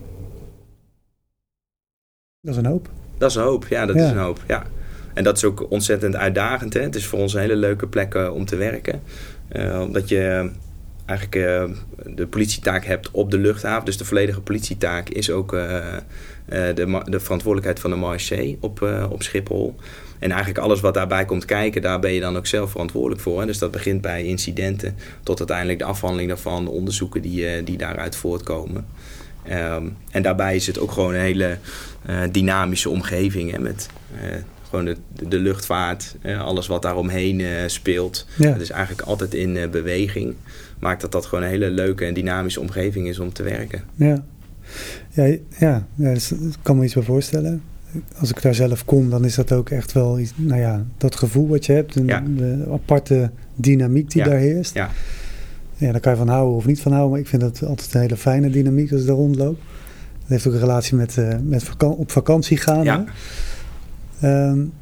Dat is een hoop. Dat is een hoop, ja, dat ja. is een hoop, ja. En dat is ook ontzettend uitdagend. Hè? Het is voor ons een hele leuke plek uh, om te werken. Uh, omdat je uh, eigenlijk uh, de politietaak hebt op de luchthaven. Dus de volledige politietaak is ook uh, uh, de, de verantwoordelijkheid van de Marché op, uh, op Schiphol. En eigenlijk alles wat daarbij komt kijken, daar ben je dan ook zelf verantwoordelijk voor. Hè? Dus dat begint bij incidenten tot uiteindelijk de afhandeling daarvan, onderzoeken die, uh, die daaruit voortkomen. Um, en daarbij is het ook gewoon een hele uh, dynamische omgeving, hè, met uh, gewoon de, de luchtvaart, uh, alles wat daaromheen uh, speelt. Ja. Het is eigenlijk altijd in uh, beweging. Maakt dat dat gewoon een hele leuke en dynamische omgeving is om te werken. Ja, ja, ja, ja dus, ik kan me iets bij voorstellen. Als ik daar zelf kom, dan is dat ook echt wel iets, nou ja, dat gevoel wat je hebt. En ja. de aparte dynamiek die ja. daar heerst. Ja. Ja, daar kan je van houden of niet van houden. Maar ik vind dat altijd een hele fijne dynamiek als ik daar rondloop. Dat heeft ook een relatie met, uh, met vaka- op vakantie gaan. Ja. Um,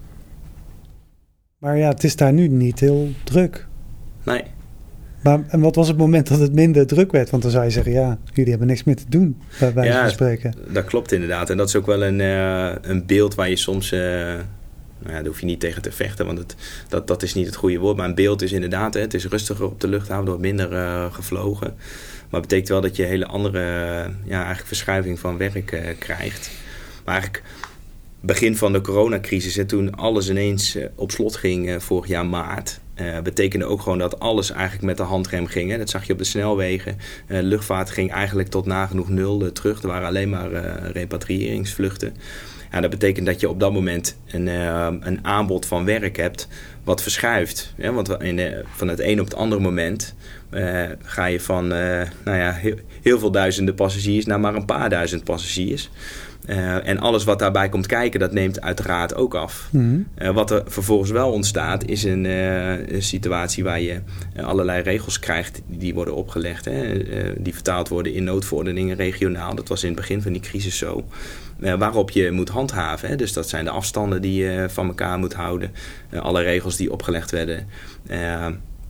maar ja, het is daar nu niet heel druk. Nee. Maar, en wat was het moment dat het minder druk werd? Want dan zou je zeggen, ja, jullie hebben niks meer te doen, bij wijze ja, van spreken. Dat klopt inderdaad. En dat is ook wel een, uh, een beeld waar je soms... Uh, nou ja, daar hoef je niet tegen te vechten, want het, dat, dat is niet het goede woord. Maar een beeld is inderdaad, hè, het is rustiger op de luchthaven, er wordt minder uh, gevlogen. Maar het betekent wel dat je een hele andere uh, ja, eigenlijk verschuiving van werk uh, krijgt. Maar eigenlijk begin van de coronacrisis, en toen alles ineens uh, op slot ging uh, vorig jaar maart... Uh, betekende ook gewoon dat alles eigenlijk met de handrem ging. Hè. Dat zag je op de snelwegen. Uh, luchtvaart ging eigenlijk tot nagenoeg nul uh, terug. Er waren alleen maar uh, repatriëringsvluchten. Ja, dat betekent dat je op dat moment een, uh, een aanbod van werk hebt wat verschuift. Ja, want in, uh, van het een op het andere moment uh, ga je van uh, nou ja, heel, heel veel duizenden passagiers naar maar een paar duizend passagiers. Uh, en alles wat daarbij komt kijken, dat neemt uiteraard ook af. Mm-hmm. Uh, wat er vervolgens wel ontstaat, is een, uh, een situatie waar je uh, allerlei regels krijgt die worden opgelegd. Hè, uh, die vertaald worden in noodverordeningen regionaal. Dat was in het begin van die crisis zo. Uh, waarop je moet handhaven. Hè. Dus dat zijn de afstanden die je van elkaar moet houden. Uh, alle regels die opgelegd werden. Uh,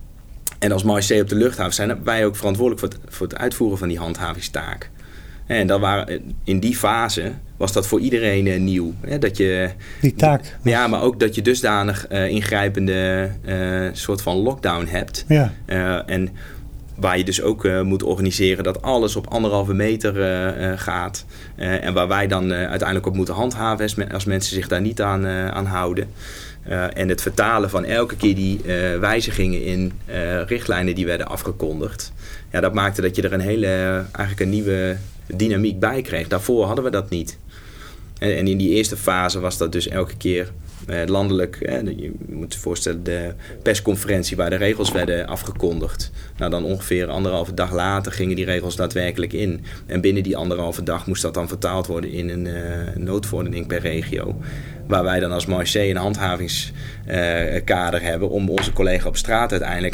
en als Marché op de luchthaven zijn wij ook verantwoordelijk voor het, voor het uitvoeren van die handhavingstaak. En dat waren, in die fase was dat voor iedereen uh, nieuw. Hè? Dat je, die taak. Ja, maar ook dat je dusdanig uh, ingrijpende uh, soort van lockdown hebt. Ja. Uh, en waar je dus ook uh, moet organiseren dat alles op anderhalve meter uh, uh, gaat. Uh, en waar wij dan uh, uiteindelijk op moeten handhaven als, als mensen zich daar niet aan, uh, aan houden. Uh, en het vertalen van elke keer die uh, wijzigingen in uh, richtlijnen die werden afgekondigd. Ja, dat maakte dat je er een hele, uh, eigenlijk een nieuwe dynamiek bij kreeg. Daarvoor hadden we dat niet. En, en in die eerste fase was dat dus elke keer uh, landelijk. Hè, je moet je voorstellen, de persconferentie waar de regels werden afgekondigd. Nou, dan ongeveer anderhalve dag later gingen die regels daadwerkelijk in. En binnen die anderhalve dag moest dat dan vertaald worden in een uh, noodverordening per regio. Waar wij dan als Marché een handhavingskader uh, hebben om onze collega op straat uiteindelijk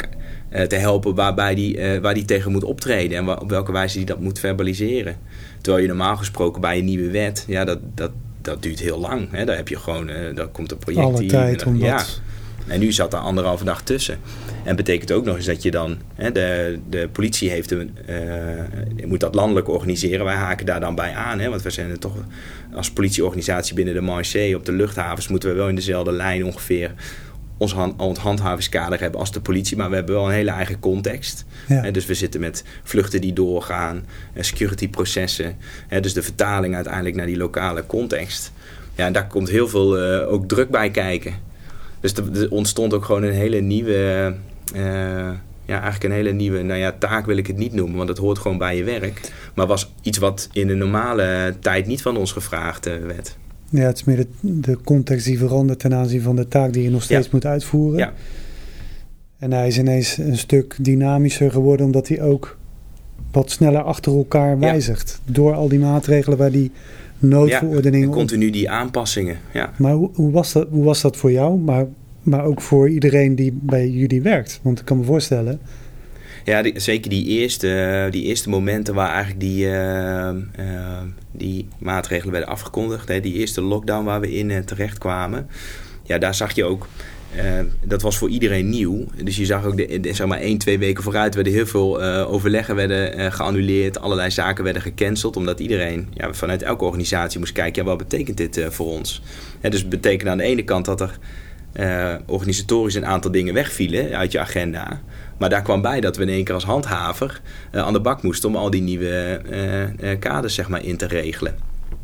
uh, te helpen waarbij die, uh, waar die tegen moet optreden en wa- op welke wijze die dat moet verbaliseren. Terwijl je normaal gesproken bij een nieuwe wet, ja, dat, dat, dat duurt heel lang. Hè? Daar heb je gewoon, uh, daar komt een project alle tijd om ja. dat... En nu zat er anderhalve dag tussen. En betekent ook nog eens dat je dan... Hè, de, de politie heeft een, uh, moet dat landelijk organiseren. Wij haken daar dan bij aan. Hè, want we zijn er toch als politieorganisatie binnen de Marché op de luchthavens... moeten we wel in dezelfde lijn ongeveer ons, hand, ons handhavingskader hebben als de politie. Maar we hebben wel een hele eigen context. Ja. Hè, dus we zitten met vluchten die doorgaan. Uh, security processen. Hè, dus de vertaling uiteindelijk naar die lokale context. Ja, en daar komt heel veel uh, ook druk bij kijken. Dus er ontstond ook gewoon een hele nieuwe, uh, ja, eigenlijk een hele nieuwe, nou ja, taak wil ik het niet noemen, want het hoort gewoon bij je werk. Maar was iets wat in de normale tijd niet van ons gevraagd uh, werd. Ja, het is meer de, de context die verandert ten aanzien van de taak die je nog steeds ja. moet uitvoeren. Ja. En hij is ineens een stuk dynamischer geworden, omdat hij ook wat sneller achter elkaar wijzigt. Ja. Door al die maatregelen waar die noodverordeningen... Ja, en continu die aanpassingen, ja. Maar hoe, hoe, was dat, hoe was dat voor jou, maar, maar ook voor iedereen die bij jullie werkt? Want ik kan me voorstellen... Ja, die, zeker die eerste, die eerste momenten waar eigenlijk die, uh, uh, die maatregelen werden afgekondigd. Hè, die eerste lockdown waar we in uh, terecht kwamen. Ja, daar zag je ook... Uh, dat was voor iedereen nieuw. Dus je zag ook de, de, zeg maar één, twee weken vooruit werden heel veel uh, overleggen werden uh, geannuleerd. Allerlei zaken werden gecanceld. Omdat iedereen ja, vanuit elke organisatie moest kijken, ja, wat betekent dit uh, voor ons? Ja, dus het betekent aan de ene kant dat er uh, organisatorisch een aantal dingen wegvielen uit je agenda. Maar daar kwam bij dat we in één keer als handhaver uh, aan de bak moesten om al die nieuwe uh, uh, kaders zeg maar, in te regelen.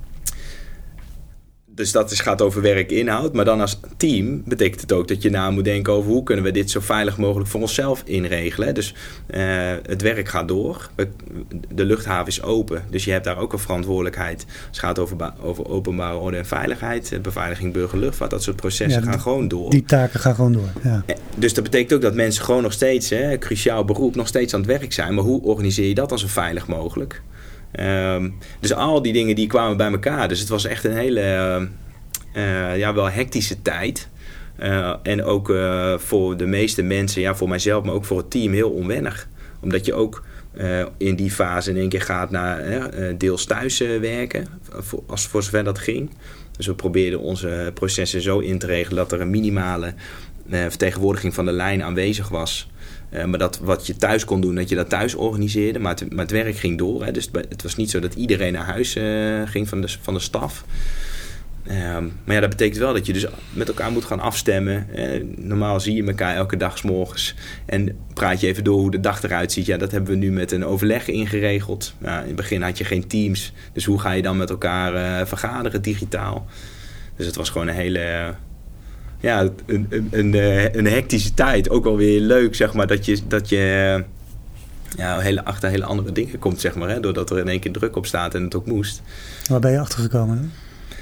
Dus dat is, gaat over werkinhoud. Maar dan als team betekent het ook dat je na moet denken over hoe kunnen we dit zo veilig mogelijk voor onszelf inregelen. Dus uh, het werk gaat door. De luchthaven is open. Dus je hebt daar ook een verantwoordelijkheid. Als het gaat over, ba- over openbare orde en veiligheid. Beveiliging burgerluchtvaart. Dat soort processen ja, gaan gewoon door. Die taken gaan gewoon door. Ja. Dus dat betekent ook dat mensen gewoon nog steeds, hè, cruciaal beroep, nog steeds aan het werk zijn. Maar hoe organiseer je dat dan zo veilig mogelijk? Um, dus al die dingen die kwamen bij elkaar. Dus het was echt een hele uh, ja, wel hectische tijd. Uh, en ook uh, voor de meeste mensen, ja, voor mijzelf, maar ook voor het team heel onwennig. Omdat je ook uh, in die fase in één keer gaat naar uh, deels thuis uh, werken. Voor, als, voor zover dat ging. Dus we probeerden onze processen zo in te regelen dat er een minimale uh, vertegenwoordiging van de lijn aanwezig was. Uh, maar dat wat je thuis kon doen, dat je dat thuis organiseerde. Maar het, maar het werk ging door. Hè. Dus het was niet zo dat iedereen naar huis uh, ging van de, van de staf. Um, maar ja, dat betekent wel dat je dus met elkaar moet gaan afstemmen. Uh, normaal zie je elkaar elke dag 's morgens. En praat je even door hoe de dag eruit ziet. Ja, dat hebben we nu met een overleg ingeregeld. Nou, in het begin had je geen teams. Dus hoe ga je dan met elkaar uh, vergaderen digitaal? Dus het was gewoon een hele... Uh, Ja, een, een, een, een hectische tijd. Ook wel weer leuk, zeg maar, dat je, dat je ja, hele, achter hele andere dingen komt, zeg maar. Hè, doordat er in één keer druk op staat en het ook moest. Waar ben je achter gekomen dan?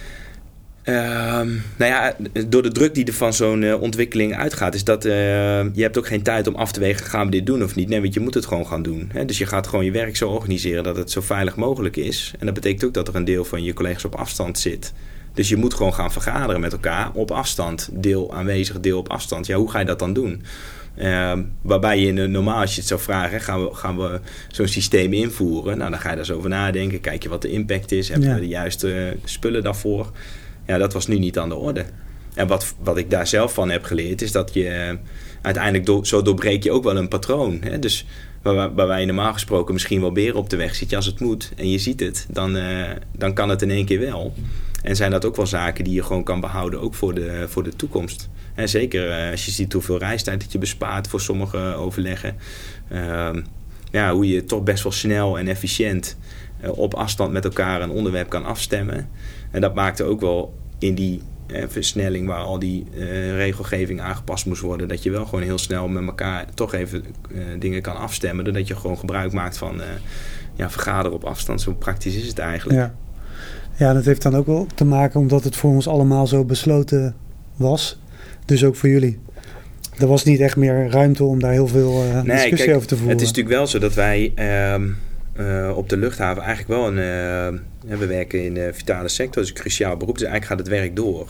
Um, nou ja, door de druk die er van zo'n uh, ontwikkeling uitgaat, is dat uh, je hebt ook geen tijd om af te wegen, gaan we dit doen of niet? Nee, want je moet het gewoon gaan doen. Hè? Dus je gaat gewoon je werk zo organiseren dat het zo veilig mogelijk is. En dat betekent ook dat er een deel van je collega's op afstand zit. Dus je moet gewoon gaan vergaderen met elkaar op afstand. Deel aanwezig, deel op afstand. Ja, hoe ga je dat dan doen? Uh, waarbij je normaal, als je het zou vragen, gaan we, gaan we zo'n systeem invoeren? Nou, dan ga je daar eens over nadenken. Kijk je wat de impact is. Hebben ja. we de juiste spullen daarvoor? Ja, dat was nu niet aan de orde. En wat, wat ik daar zelf van heb geleerd, is dat je uh, uiteindelijk do- zo doorbreek je ook wel een patroon. Hè? Dus waar, waarbij je normaal gesproken misschien wel beren op de weg ziet. Ja, als het moet en je ziet het, dan, uh, dan kan het in één keer wel. En zijn dat ook wel zaken die je gewoon kan behouden, ook voor de, voor de toekomst. En zeker uh, als je ziet hoeveel reistijd dat je bespaart voor sommige overleggen. Uh, ja, hoe je toch best wel snel en efficiënt uh, op afstand met elkaar een onderwerp kan afstemmen. En dat maakte ook wel in die uh, versnelling waar al die uh, regelgeving aangepast moest worden, dat je wel gewoon heel snel met elkaar toch even uh, dingen kan afstemmen. Doordat je gewoon gebruik maakt van uh, ja, vergaderen op afstand. Zo praktisch is het eigenlijk. Ja. Ja, dat heeft dan ook wel te maken omdat het voor ons allemaal zo besloten was. Dus ook voor jullie. Er was niet echt meer ruimte om daar heel veel uh, nee, discussie kijk, over te voeren. Het is natuurlijk wel zo dat wij uh, uh, op de luchthaven eigenlijk wel een... Uh, we werken in de vitale sector, dus een cruciaal beroep. Dus eigenlijk gaat het werk door.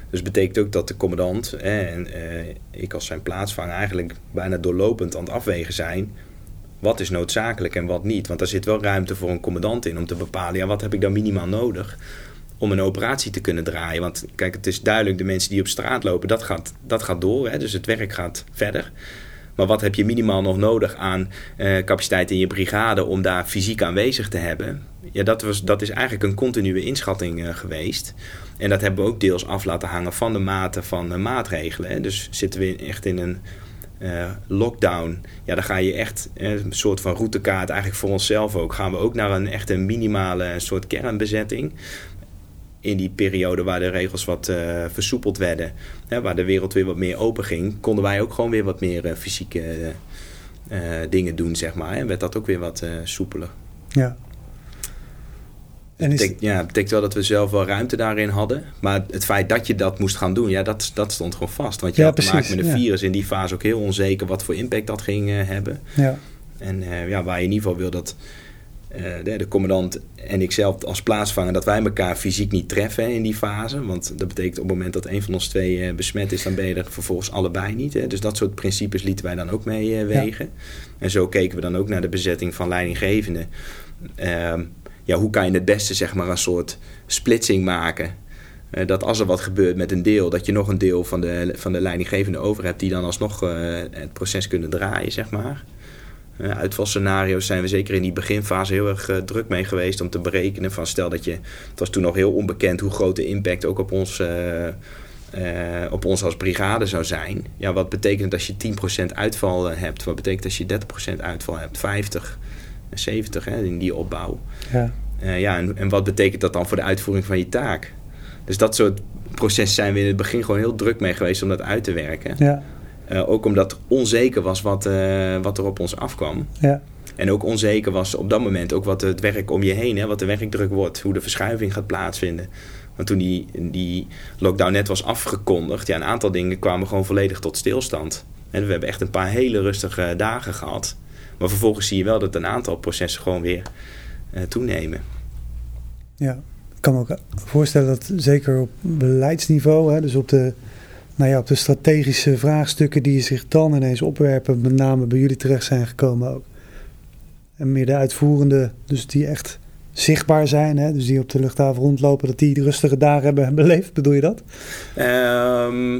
Dus dat betekent ook dat de commandant hè, en uh, ik als zijn plaatsvanger eigenlijk bijna doorlopend aan het afwegen zijn. Wat is noodzakelijk en wat niet? Want daar zit wel ruimte voor een commandant in om te bepalen, ja, wat heb ik dan minimaal nodig om een operatie te kunnen draaien? Want kijk, het is duidelijk, de mensen die op straat lopen, dat gaat, dat gaat door. Hè? Dus het werk gaat verder. Maar wat heb je minimaal nog nodig aan uh, capaciteit in je brigade om daar fysiek aanwezig te hebben? Ja, dat, was, dat is eigenlijk een continue inschatting uh, geweest. En dat hebben we ook deels af laten hangen van de mate van uh, maatregelen. Hè? Dus zitten we echt in een uh, lockdown. Ja, dan ga je echt uh, een soort van routekaart eigenlijk voor onszelf ook. Gaan we ook naar een echt een minimale soort kernbezetting. In die periode waar de regels wat uh, versoepeld werden, hè, waar de wereld weer wat meer open ging, konden wij ook gewoon weer wat meer uh, fysieke uh, dingen doen, zeg maar. En werd dat ook weer wat uh, soepeler. Ja. En is... betekent, ja, het betekent wel dat we zelf wel ruimte daarin hadden. Maar het feit dat je dat moest gaan doen, ja, dat, dat stond gewoon vast. Want je ja, had precies, te maken met een ja. virus in die fase ook heel onzeker wat voor impact dat ging uh, hebben. Ja. En uh, ja, waar je in ieder geval wil dat Uh, de, de commandant en ikzelf als plaatsvanger, dat wij elkaar fysiek niet treffen hè, in die fase. Want dat betekent op het moment dat een van ons twee uh, besmet is, dan ben je er vervolgens allebei niet. Hè. Dus dat soort principes lieten wij dan ook mee uh, wegen. Ja. En zo keken we dan ook naar de bezetting van leidinggevenden. Uh, ja, hoe kan je het beste zeg maar een soort splitsing maken? Uh, dat als er wat gebeurt met een deel, dat je nog een deel van de, van de leidinggevende over hebt die dan alsnog uh, het proces kunnen draaien, zeg maar. Uh, uitvalscenario's zijn we zeker in die beginfase heel erg uh, druk mee geweest om te berekenen. Van stel dat je, het was toen nog heel onbekend hoe groot de impact ook op ons, uh, uh, op ons als brigade zou zijn. Ja, wat betekent als je tien procent uitval uh, hebt? Wat betekent als je dertig procent uitval hebt? vijftig, zeventig hè, in die opbouw. Ja, uh, ja en, en wat betekent dat dan voor de uitvoering van je taak? Dus dat soort processen zijn we in het begin gewoon heel druk mee geweest om dat uit te werken. Ja. Uh, ook omdat het onzeker was wat, uh, wat er op ons afkwam. Ja. En ook onzeker was op dat moment ook wat het werk om je heen, hè, wat de werkdruk wordt, hoe de verschuiving gaat plaatsvinden. Want toen die, die lockdown net was afgekondigd, ja, een aantal dingen kwamen gewoon volledig tot stilstand. En we hebben echt een paar hele rustige dagen gehad. Maar vervolgens zie je wel dat een aantal processen gewoon weer uh, toenemen. Ja, ik kan me ook voorstellen dat zeker op beleidsniveau, hè, dus op de... Nou ja, op de strategische vraagstukken die zich dan ineens opwerpen, met name bij jullie terecht zijn gekomen ook. En meer de uitvoerende, dus die echt zichtbaar zijn, hè, dus die op de luchthaven rondlopen, dat die de rustige dagen hebben beleefd, bedoel je dat? Um,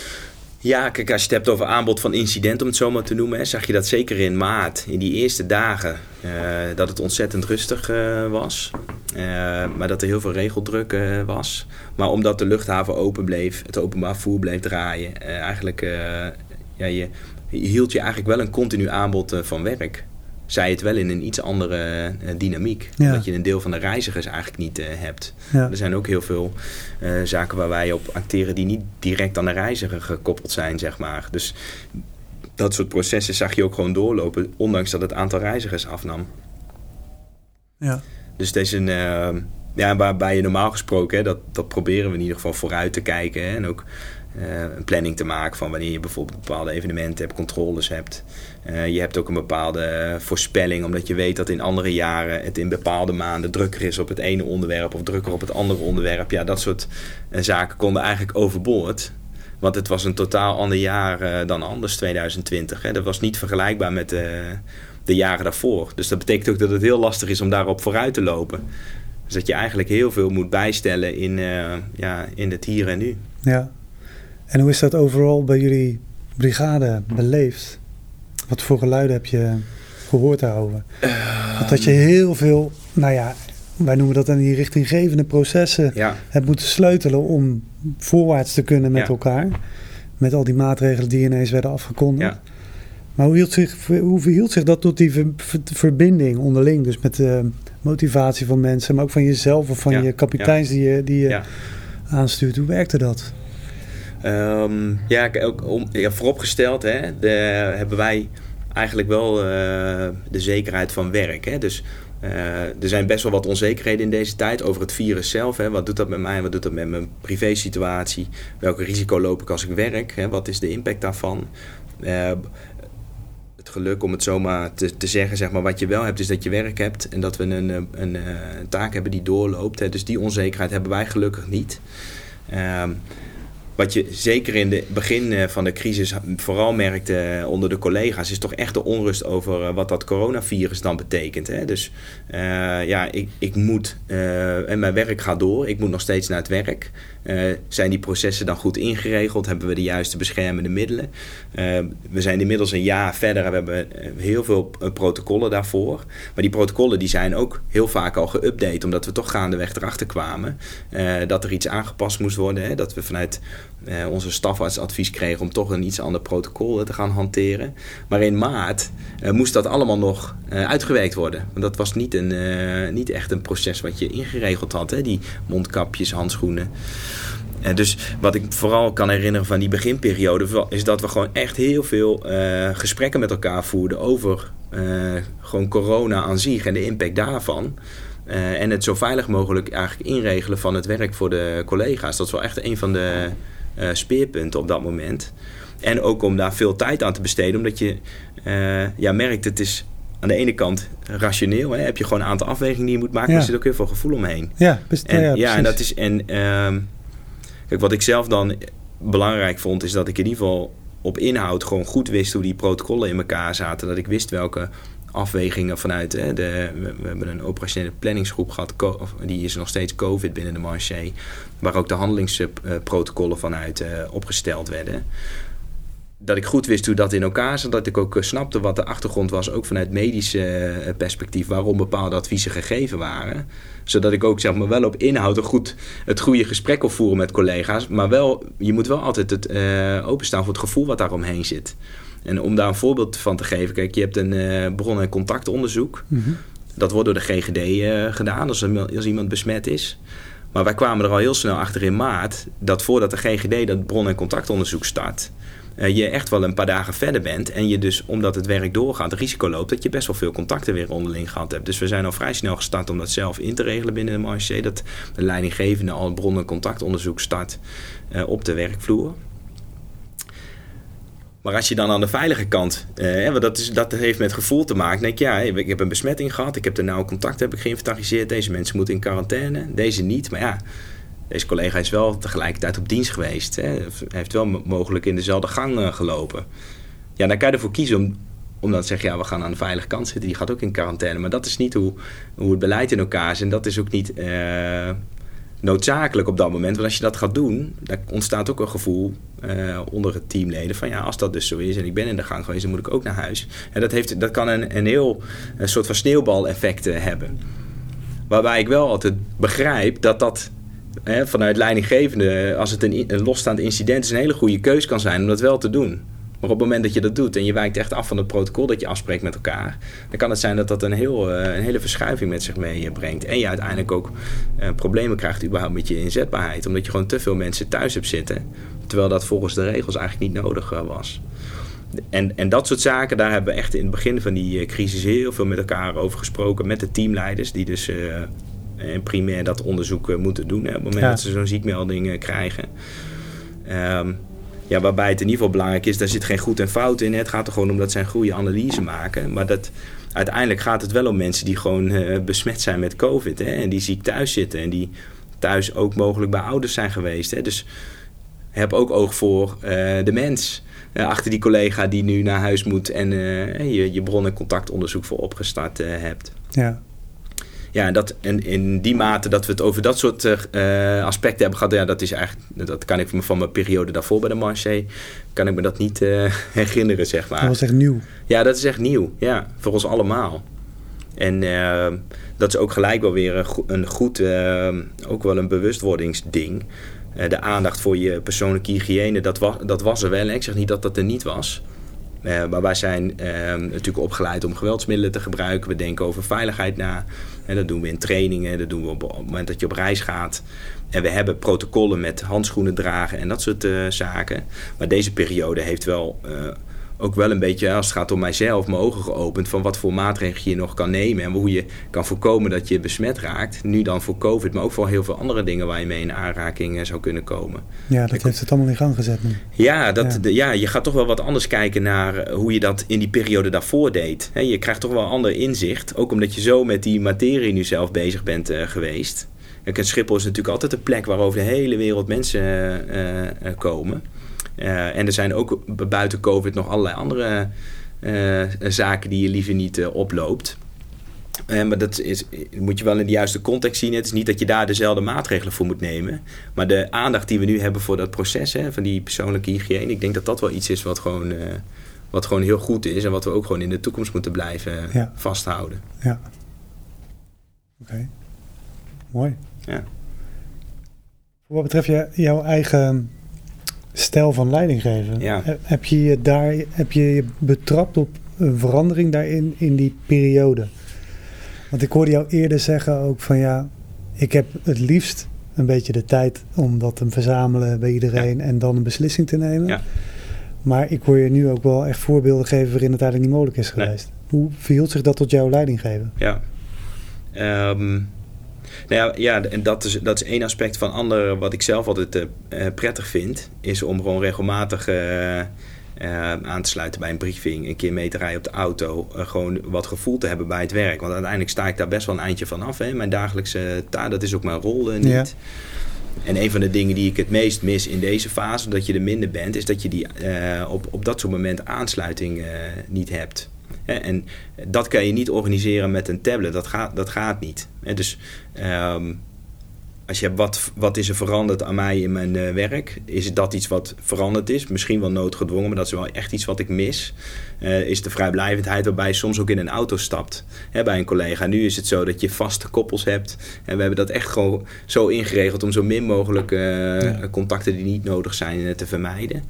ja, kijk, als je het hebt over aanbod van incident, om het zo maar te noemen, hè, zag je dat zeker in maart, in die eerste dagen, uh, dat het ontzettend rustig uh, was. Uh, maar dat er heel veel regeldruk uh, was. Maar omdat de luchthaven open bleef, het openbaar vervoer bleef draaien, uh, eigenlijk, uh, ja, je, je hield je eigenlijk wel een continu aanbod uh, van werk. Zij het wel in een iets andere uh, dynamiek. Ja. Omdat je een deel van de reizigers eigenlijk niet uh, hebt. Ja. Er zijn ook heel veel uh, zaken waar wij op acteren die niet direct aan de reiziger gekoppeld zijn, zeg maar. Dus dat soort processen zag je ook gewoon doorlopen, ondanks dat het aantal reizigers afnam. Ja. Dus het is een, uh, ja, waarbij je normaal gesproken, hè, dat, dat proberen we in ieder geval vooruit te kijken. Hè, en ook uh, een planning te maken van wanneer je bijvoorbeeld bepaalde evenementen hebt, controles hebt. Uh, je hebt ook een bepaalde voorspelling, omdat je weet dat in andere jaren het in bepaalde maanden drukker is op het ene onderwerp of drukker op het andere onderwerp. Ja, dat soort uh, zaken konden eigenlijk overboord. Want het was een totaal ander jaar uh, dan anders, twintig twintig. Hè. Dat was niet vergelijkbaar met uh, de jaren daarvoor. Dus dat betekent ook dat het heel lastig is om daarop vooruit te lopen. Dus dat je eigenlijk heel veel moet bijstellen in, uh, ja, in het hier en nu. Ja. En hoe is dat overal bij jullie brigade beleefd? Wat voor geluiden heb je gehoord daarover? Uh, Want dat je heel veel, nou ja, wij noemen dat dan die richtinggevende processen, ja. hebt moeten sleutelen om voorwaarts te kunnen met ja. elkaar. Met al die maatregelen die ineens werden afgekondigd. Ja. Maar hoe hield, zich, hoe verhield zich dat tot die ver, ver, verbinding onderling? Dus met de motivatie van mensen, maar ook van jezelf of van ja. je kapiteins ja. die je, die je ja. aanstuurt. Hoe werkte dat? Um, ja, ook om, ja, vooropgesteld hè, de, hebben wij eigenlijk wel uh, de zekerheid van werk. Hè? Dus uh, er zijn best wel wat onzekerheden in deze tijd over het virus zelf. Hè? Wat doet dat met mij? Wat doet dat met mijn privésituatie? Welke risico loop ik als ik werk? Hè? Wat is de impact daarvan? Uh, het geluk, om het zomaar te, te zeggen, zeg maar, wat je wel hebt, is dat je werk hebt en dat we een, een, een, een taak hebben die doorloopt. Hè? Dus die onzekerheid hebben wij gelukkig niet. Uh, wat je zeker in het begin van de crisis vooral merkte onder de collega's, is toch echt de onrust over wat dat coronavirus dan betekent. Hè? Dus uh, ja, ik, ik moet, uh, en mijn werk gaat door, ik moet nog steeds naar het werk. Uh, zijn die processen dan goed ingeregeld? Hebben we de juiste beschermende middelen? Uh, we zijn inmiddels een jaar verder en we hebben heel veel protocollen daarvoor. Maar die protocollen die zijn ook heel vaak al geüpdate, omdat we toch gaandeweg erachter kwamen uh, dat er iets aangepast moest worden. Hè? Dat we vanuit uh, onze stafarts advies kregen om toch een iets ander protocol te gaan hanteren. Maar in maart uh, moest dat allemaal nog uh, uitgewerkt worden. Want dat was niet, een, uh, niet echt een proces wat je ingeregeld had. Hè? Die mondkapjes, handschoenen. Uh, dus wat ik vooral kan herinneren van die beginperiode is dat we gewoon echt heel veel uh, gesprekken met elkaar voerden over uh, gewoon corona aan zich en de impact daarvan. Uh, en het zo veilig mogelijk eigenlijk inregelen van het werk voor de collega's. Dat is wel echt een van de uh, speerpunten op dat moment. En ook om daar veel tijd aan te besteden, omdat je uh, ja, merkt, het is aan de ene kant rationeel. Hè? Heb je gewoon een aantal afwegingen die je moet maken, maar ja. Er zit ook heel veel gevoel omheen. Ja, best, en, ja, ja en dat is. En uh, kijk, wat ik zelf dan belangrijk vond, is dat ik in ieder geval op inhoud gewoon goed wist hoe die protocollen in elkaar zaten. Dat ik wist welke afwegingen vanuit hè, de, we, we hebben een operationele planningsgroep gehad, co, die is nog steeds COVID binnen de marché, waar ook de handelingsprotocollen vanuit uh, opgesteld werden. Dat ik goed wist hoe dat in elkaar zat, dat ik ook uh, snapte wat de achtergrond was, ook vanuit medisch uh, perspectief, waarom bepaalde adviezen gegeven waren. Zodat ik ook zeg maar wel op inhoud een goed, het goede gesprek kon voeren met collega's, maar wel, je moet wel altijd het uh, openstaan voor het gevoel wat daaromheen zit. En om daar een voorbeeld van te geven, kijk, je hebt een uh, bron- en contactonderzoek. Mm-hmm. Dat wordt door de G G D uh, gedaan als, er, als iemand besmet is. Maar wij kwamen er al heel snel achter in maart dat voordat de G G D dat bron- en contactonderzoek start, uh, je echt wel een paar dagen verder bent. En je dus, omdat het werk doorgaat, het risico loopt dat je best wel veel contacten weer onderling gehad hebt. Dus we zijn al vrij snel gestart om dat zelf in te regelen binnen de marché. Dat de leidinggevende al het bron- en contactonderzoek start uh, op de werkvloer. Maar als je dan aan de veilige kant, eh, want dat, is, dat heeft met gevoel te maken. denk je, ja, ik heb een besmetting gehad, ik heb de nauwe contact heb ik geïnventariseerd. Deze mensen moeten in quarantaine, deze niet. Maar ja, deze collega is wel tegelijkertijd op dienst geweest. Hè. Hij heeft wel m- mogelijk in dezelfde gang uh, gelopen. Ja, dan kan je ervoor kiezen om, om dan te zeggen, ja, we gaan aan de veilige kant zitten. Die gaat ook in quarantaine. Maar dat is niet hoe, hoe het beleid in elkaar is. En dat is ook niet Uh, noodzakelijk op dat moment. Want als je dat gaat doen, dan ontstaat ook een gevoel uh, onder het teamleden van ja, als dat dus zo is en ik ben in de gang geweest, dan moet ik ook naar huis. En dat, heeft, dat kan een, een heel een soort van sneeuwbaleffect uh, hebben. Waarbij ik wel altijd begrijp dat dat hè, vanuit leidinggevende, als het een, een losstaand incident is, een hele goede keus kan zijn om dat wel te doen. Maar op het moment dat je dat doet en je wijkt echt af van het protocol dat je afspreekt met elkaar, dan kan het zijn dat dat een, heel, uh, een hele verschuiving met zich meebrengt. En je uiteindelijk ook uh, problemen krijgt überhaupt met je inzetbaarheid. Omdat je gewoon te veel mensen thuis hebt zitten. Terwijl dat volgens de regels eigenlijk niet nodig uh, was. En, en dat soort zaken, daar hebben we echt in het begin van die uh, crisis heel veel met elkaar over gesproken. Met de teamleiders die dus uh, primair dat onderzoek uh, moeten doen. Hè, op het moment ja. dat ze zo'n ziekmelding uh, krijgen. Um, Ja, waarbij het in ieder geval belangrijk is, daar zit geen goed en fout in. Het gaat er gewoon om dat zij een goede analyse maken. Maar dat, uiteindelijk gaat het wel om mensen die gewoon uh, besmet zijn met COVID. Hè, en die ziek thuis zitten. En die thuis ook mogelijk bij ouders zijn geweest. Hè. Dus heb ook oog voor uh, de mens uh, achter die collega die nu naar huis moet. En uh, je, je bron- en contactonderzoek voor opgestart uh, hebt. Ja. Ja, dat, en in die mate dat we het over dat soort uh, aspecten hebben gehad, ja, dat is eigenlijk, dat kan ik me van mijn periode daarvoor bij de marché, kan ik me dat niet uh, herinneren, zeg maar. Dat was echt nieuw. Ja, dat is echt nieuw, ja, voor ons allemaal. En uh, dat is ook gelijk wel weer een, go- een goed, uh, ook wel een bewustwordingsding. Uh, de aandacht voor je persoonlijke hygiëne, dat was, dat was er wel. Ik zeg niet dat dat er niet was. Uh, maar wij zijn uh, natuurlijk opgeleid om geweldsmiddelen te gebruiken. We denken over veiligheid na. En dat doen we in trainingen. Dat doen we op, op het moment dat je op reis gaat. En we hebben protocollen met handschoenen dragen en dat soort uh, zaken. Maar deze periode heeft wel uh, ook wel een beetje, als het gaat om mijzelf, mijn ogen geopend van wat voor maatregelen je nog kan nemen. En hoe je kan voorkomen dat je besmet raakt. Nu dan voor COVID, maar ook voor heel veel andere dingen waar je mee in aanraking uh, zou kunnen komen. Ja, dat ik, heeft het allemaal in gang gezet nu. Ja, dat, ja. De, ja, je gaat toch wel wat anders kijken naar hoe je dat in die periode daarvoor deed. He, je krijgt toch wel een ander inzicht. Ook omdat je zo met die materie nu zelf bezig bent uh, geweest. Kijk, Schiphol is natuurlijk altijd een plek waar over de hele wereld mensen uh, uh, komen. Uh, en er zijn ook buiten COVID nog allerlei andere uh, zaken die je liever niet uh, oploopt. Uh, maar dat is, moet je wel in de juiste context zien. Het is niet dat je daar dezelfde maatregelen voor moet nemen. Maar de aandacht die we nu hebben voor dat proces, hè, van die persoonlijke hygiëne, ik denk dat dat wel iets is wat gewoon, uh, wat gewoon heel goed is. En wat we ook gewoon in de toekomst moeten blijven ja. vasthouden. Ja. Oké. Okay. Mooi. Ja. Voor wat betreft je, jouw eigen stijl van leiding geven. Ja. Heb je je daar heb je je betrapt op een verandering daarin in die periode? Want ik hoorde jou eerder zeggen ook van ja, ik heb het liefst een beetje de tijd om dat te verzamelen bij iedereen ja. en dan een beslissing te nemen. Ja. Maar ik hoor je nu ook wel echt voorbeelden geven waarin het eigenlijk niet mogelijk is geweest. Nee. Hoe verhield zich dat tot jouw leiding geven? Ja. Um, nou ja, ja, en dat is, dat is één aspect van andere wat ik zelf altijd uh, prettig vind, is om gewoon regelmatig uh, uh, aan te sluiten bij een briefing, een keer mee te rijden op de auto, uh, gewoon wat gevoel te hebben bij het werk. Want uiteindelijk sta ik daar best wel een eindje van af. Hè. Mijn dagelijkse taak, dat is ook mijn rol uh, niet. Ja. En een van de dingen die ik het meest mis in deze fase, dat je er minder bent, is dat je die, uh, op, op dat soort momenten aansluiting uh, niet hebt. En dat kan je niet organiseren met een tablet. Dat gaat, dat gaat niet. Dus um, als je hebt wat, wat is er veranderd aan mij in mijn uh, werk? Is dat iets wat veranderd is? Misschien wel noodgedwongen, maar dat is wel echt iets wat ik mis. Uh, is de vrijblijvendheid waarbij je soms ook in een auto stapt. Hè, bij een collega. Nu is het zo dat je vaste koppels hebt. En we hebben dat echt gewoon zo ingeregeld om zo min mogelijk uh, ja. contacten die niet nodig zijn uh, te vermijden.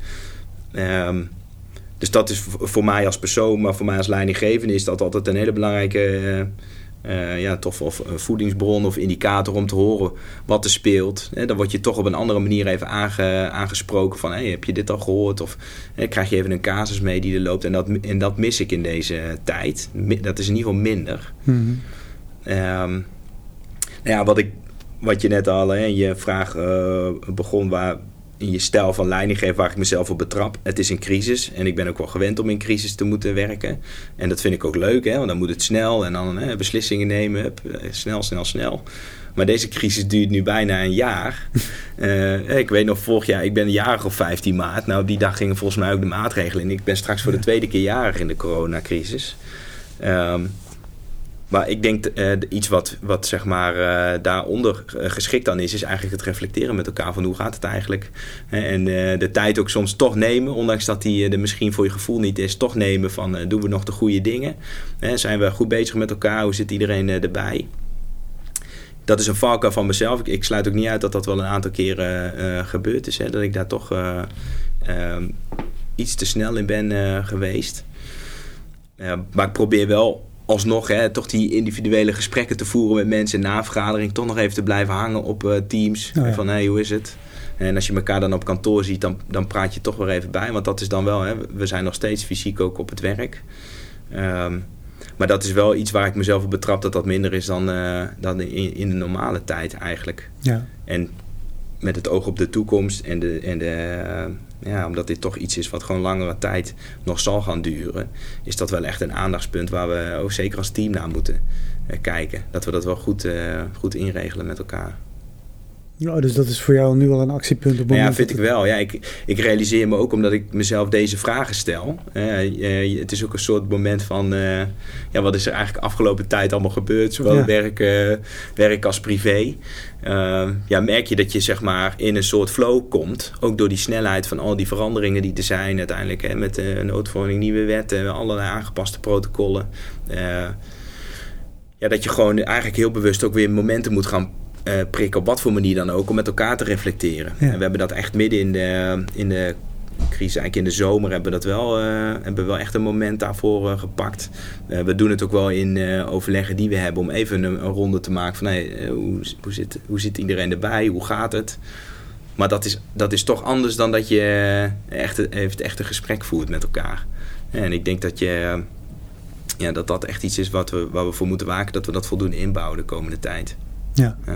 Um, Dus dat is voor mij als persoon, maar voor mij als leidinggevende is dat altijd een hele belangrijke uh, uh, ja, toch, of voedingsbron of indicator om te horen wat er speelt. He, dan word je toch op een andere manier even aange, aangesproken van hey, heb je dit al gehoord? Of hey, krijg je even een casus mee die er loopt. En dat, en dat mis ik in deze tijd. Dat is in ieder geval minder. Mm-hmm. Um, nou ja, wat, ik, wat je net al, hè, je vraag uh, begon waar... in je stijl van leiding geven waar ik mezelf op betrap. Het is een crisis en ik ben ook wel gewend om in crisis te moeten werken. En dat vind ik ook leuk, hè, want dan moet het snel en dan hè, beslissingen nemen. Hup, snel, snel, snel. Maar deze crisis duurt nu bijna een jaar. uh, ik weet nog, vorig jaar, ik ben een jarig op vijftien maart. Nou, op die dag gingen volgens mij ook de maatregelen in. Ik ben straks voor de tweede keer jarig in de coronacrisis. Um, Maar ik denk uh, iets wat, wat zeg maar, uh, daaronder uh, geschikt aan is, is eigenlijk het reflecteren met elkaar van hoe gaat het eigenlijk. Hè, en uh, de tijd ook soms toch nemen, ondanks dat die uh, er misschien voor je gevoel niet is, toch nemen van uh, doen we nog de goede dingen. Hè, zijn we goed bezig met elkaar, hoe zit iedereen uh, erbij. Dat is een valkuil van mezelf. Ik, ik sluit ook niet uit dat dat wel een aantal keren uh, gebeurd is. Hè, dat ik daar toch uh, uh, iets te snel in ben uh, geweest. Uh, maar ik probeer wel alsnog hè, toch die individuele gesprekken te voeren met mensen na vergadering, toch nog even te blijven hangen op uh, Teams. Oh ja. Van hé, hey, hoe is het? En als je elkaar dan op kantoor ziet, dan, dan praat je toch weer even bij. Want dat is dan wel, hè, we zijn nog steeds fysiek ook op het werk. Um, maar dat is wel iets waar ik mezelf op betrap dat dat minder is dan, uh, dan in, in de normale tijd eigenlijk. Ja. En met het oog op de toekomst en de... En de uh, ja, omdat dit toch iets is wat gewoon langere tijd nog zal gaan duren, is dat wel echt een aandachtspunt waar we ook zeker als team naar moeten uh, kijken. Dat we dat wel goed, uh, goed inregelen met elkaar. Ja, dus dat is voor jou nu al een actiepunt op het moment? Ja, vind ik wel. Ja, ik, ik realiseer me ook omdat ik mezelf deze vragen stel. Uh, uh, het is ook een soort moment van... Uh, ja, wat is er eigenlijk afgelopen tijd allemaal gebeurd? Zowel ja. werk, uh, werk als privé. Uh, ja, merk je dat je zeg maar in een soort flow komt. Ook door die snelheid van al die veranderingen die er zijn. Uiteindelijk hè, met de noodverordening, nieuwe wetten, allerlei aangepaste protocollen. Uh, ja, dat je gewoon eigenlijk heel bewust ook weer momenten moet gaan Uh, prikken, op wat voor manier dan ook, om met elkaar te reflecteren. Ja. En we hebben dat echt midden in de, in de crisis, eigenlijk in de zomer, hebben we dat wel, uh, hebben we wel echt een moment daarvoor uh, gepakt. Uh, we doen het ook wel in uh, overleggen die we hebben, om even een, een ronde te maken van hey, uh, hoe, hoe, zit, hoe zit iedereen erbij, hoe gaat het? Maar dat is, dat is toch anders dan dat je uh, echt, even echt een gesprek voert met elkaar. En ik denk dat je... Uh, ja, dat dat echt iets is wat we, waar we voor moeten waken, dat we dat voldoende inbouwen de komende tijd. Ja. ja.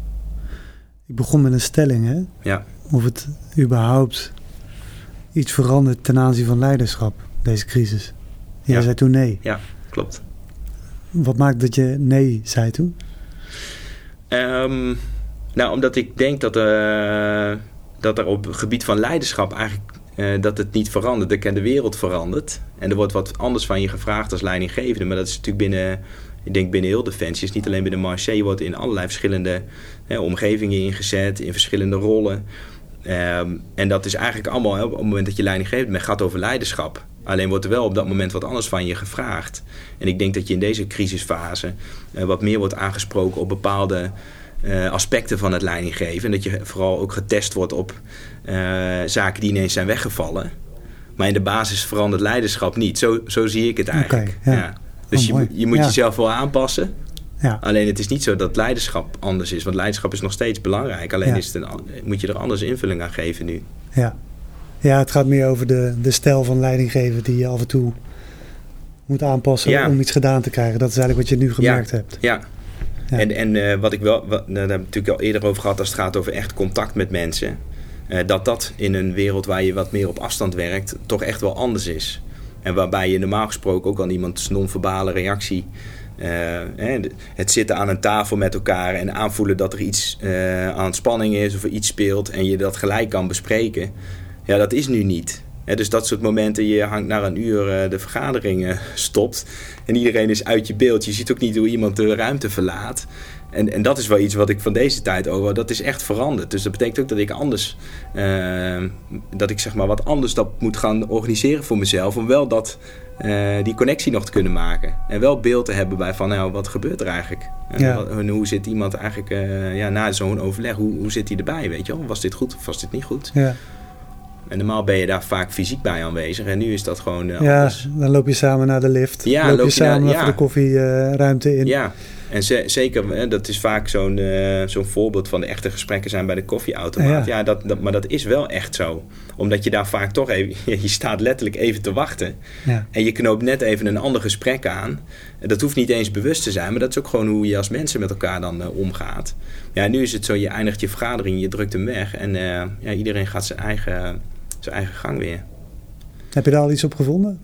Ik begon met een stelling, hè? Ja. Of het überhaupt iets verandert ten aanzien van leiderschap, deze crisis. Jij ja. zei toen nee. Ja, klopt. Wat maakt dat je nee zei toen? Um, Nou, omdat ik denk dat, uh, dat er op het gebied van leiderschap eigenlijk uh, dat het niet verandert. De, de wereld verandert. En er wordt wat anders van je gevraagd als leidinggevende. Maar dat is natuurlijk binnen, ik denk binnen heel Defensie. Is niet alleen binnen Marché. Je wordt in allerlei verschillende hè, omgevingen ingezet. In verschillende rollen. Um, en dat is eigenlijk allemaal, hè, op het moment dat je leidinggevende bent, gaat over leiderschap. Alleen wordt er wel op dat moment wat anders van je gevraagd. En ik denk dat je in deze crisisfase uh, wat meer wordt aangesproken op bepaalde uh, aspecten van het leidinggeven. En dat je vooral ook getest wordt op uh, zaken die ineens zijn weggevallen. Maar in de basis verandert leiderschap niet. Zo, zo zie ik het eigenlijk. Okay, ja. Ja. Dus oh, je, je moet ja. jezelf wel aanpassen. Ja. Alleen het is niet zo dat leiderschap anders is. Want leiderschap is nog steeds belangrijk. Alleen ja. is het een, moet je er anders invulling aan geven nu. Ja, ja het gaat meer over de, de stijl van leidinggeven die je af en toe moet aanpassen ja. om iets gedaan te krijgen. Dat is eigenlijk wat je nu gemerkt ja. hebt. Ja, ja. en, en uh, wat ik wel, wat, nou, daar hebben we natuurlijk al eerder over gehad als het gaat over echt contact met mensen. Uh, dat dat in een wereld waar je wat meer op afstand werkt toch echt wel anders is. En waarbij je normaal gesproken ook aan iemands non-verbale reactie... Uh, hè, het zitten aan een tafel met elkaar en aanvoelen dat er iets uh, aan spanning is of er iets speelt en je dat gelijk kan bespreken. Ja, dat is nu niet. Hè, dus dat soort momenten, je hangt na een uur uh, de vergadering uh, stopt en iedereen is uit je beeld. Je ziet ook niet hoe iemand de ruimte verlaat. En, en dat is wel iets wat ik van deze tijd over, dat is echt veranderd. Dus dat betekent ook dat ik anders, uh, dat ik zeg maar wat anders dat moet gaan organiseren voor mezelf. Om wel dat, uh, die connectie nog te kunnen maken. En wel beeld te hebben bij van, nou, wat gebeurt er eigenlijk? Ja. En, en hoe zit iemand eigenlijk, uh, ja, na zo'n overleg, hoe, hoe zit hij erbij, weet je wel? Was dit goed of was dit niet goed? Ja. En normaal ben je daar vaak fysiek bij aanwezig. En nu is dat gewoon uh, ja, anders. Dan loop je samen naar de lift. Ja, loop, loop je je samen naar, even ja. de koffieruimte uh, in. Ja, en ze, zeker, hè, dat is vaak zo'n, uh, zo'n voorbeeld van de echte gesprekken zijn bij de koffieautomaat. Ja, ja dat, dat, maar dat is wel echt zo. Omdat je daar vaak toch even, je staat letterlijk even te wachten. Ja. En je knoopt net even een ander gesprek aan. En dat hoeft niet eens bewust te zijn, maar dat is ook gewoon hoe je als mensen met elkaar dan uh, omgaat. Ja, nu is het zo, je eindigt je vergadering, je drukt hem weg en uh, ja, iedereen gaat zijn eigen, zijn eigen gang weer. Heb je daar al iets op gevonden?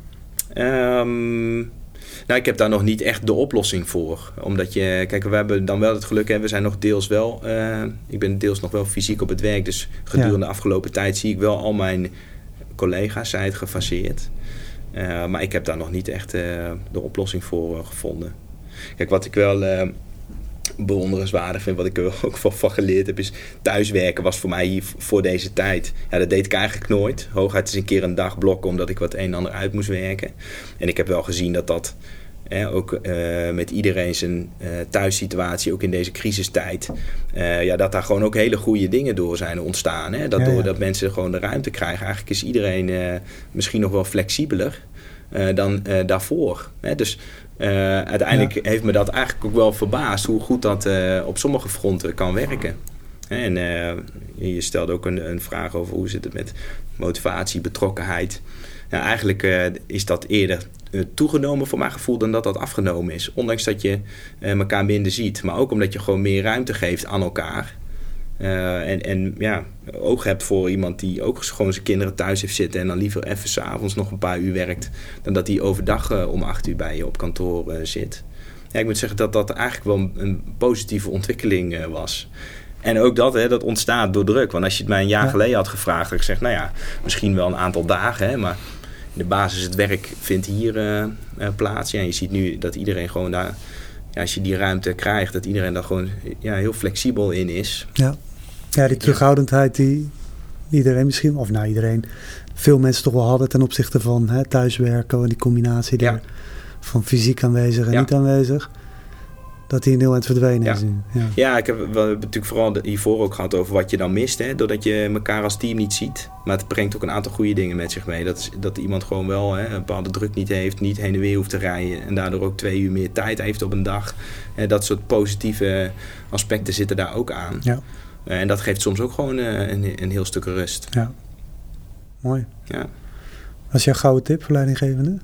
Um, nou, ik heb daar nog niet echt de oplossing voor. Omdat je, kijk, we hebben dan wel het geluk, hè, we zijn nog deels wel, uh, ik ben deels nog wel fysiek op het werk. Dus gedurende ja. de afgelopen tijd zie ik wel al mijn collega's, zij het gefaseerd. Uh, maar ik heb daar nog niet echt uh, de oplossing voor uh, gevonden. Kijk, wat ik wel uh, bewonderenswaardig vind, wat ik er ook van, van geleerd heb, is thuiswerken was voor mij hier voor deze tijd. Ja, dat deed ik eigenlijk nooit. Hooguit eens een keer een dag blokken, omdat ik wat een en ander uit moest werken. En ik heb wel gezien dat dat eh, ook uh, met iedereen zijn uh, thuissituatie, ook in deze crisistijd, uh, ja, dat daar gewoon ook hele goede dingen door zijn ontstaan. Hè? Dat ja, ja. Doordat mensen gewoon de ruimte krijgen. Eigenlijk is iedereen uh, misschien nog wel flexibeler uh, dan uh, daarvoor. Hè? Dus Uh, uiteindelijk ja. heeft me dat eigenlijk ook wel verbaasd hoe goed dat uh, op sommige fronten kan werken. En uh, je stelde ook een, een vraag over hoe zit het met motivatie, betrokkenheid. Nou, eigenlijk uh, is dat eerder uh, toegenomen voor mijn gevoel dan dat dat afgenomen is. Ondanks dat je uh, elkaar minder ziet, maar ook omdat je gewoon meer ruimte geeft aan elkaar. Uh, en, en ja, oog hebt voor iemand die ook gewoon zijn kinderen thuis heeft zitten en dan liever even 's avonds nog een paar uur werkt dan dat hij overdag uh, om acht uur bij je op kantoor uh, zit. Ja, ik moet zeggen dat dat eigenlijk wel een, een positieve ontwikkeling uh, was. En ook dat, hè, dat ontstaat door druk. Want als je het mij een jaar ja. geleden had gevraagd, had ik gezegd, nou ja, misschien wel een aantal dagen, hè, maar in de basis het werk vindt hier uh, uh, plaats. Ja, en je ziet nu dat iedereen gewoon daar, ja, als je die ruimte krijgt, dat iedereen daar gewoon ja, heel flexibel in is. Ja, ja die terughoudendheid die iedereen misschien, of nou iedereen, veel mensen toch wel hadden ten opzichte van hè, thuiswerken en die combinatie daar, ja. van fysiek aanwezig en ja. niet aanwezig. Dat die een heel eind verdwenen ja. is. Ja, ja ik heb, we hebben natuurlijk vooral hiervoor ook gehad over wat je dan mist. Hè, doordat je elkaar als team niet ziet. Maar het brengt ook een aantal goede dingen met zich mee. Dat, is, dat iemand gewoon wel hè, een bepaalde druk niet heeft. Niet heen en weer hoeft te rijden. En daardoor ook twee uur meer tijd heeft op een dag. En dat soort positieve aspecten zitten daar ook aan. Ja. En dat geeft soms ook gewoon een, een heel stuk rust. Ja, mooi. Ja. Wat is jouw gouden tip voor leidinggevenden?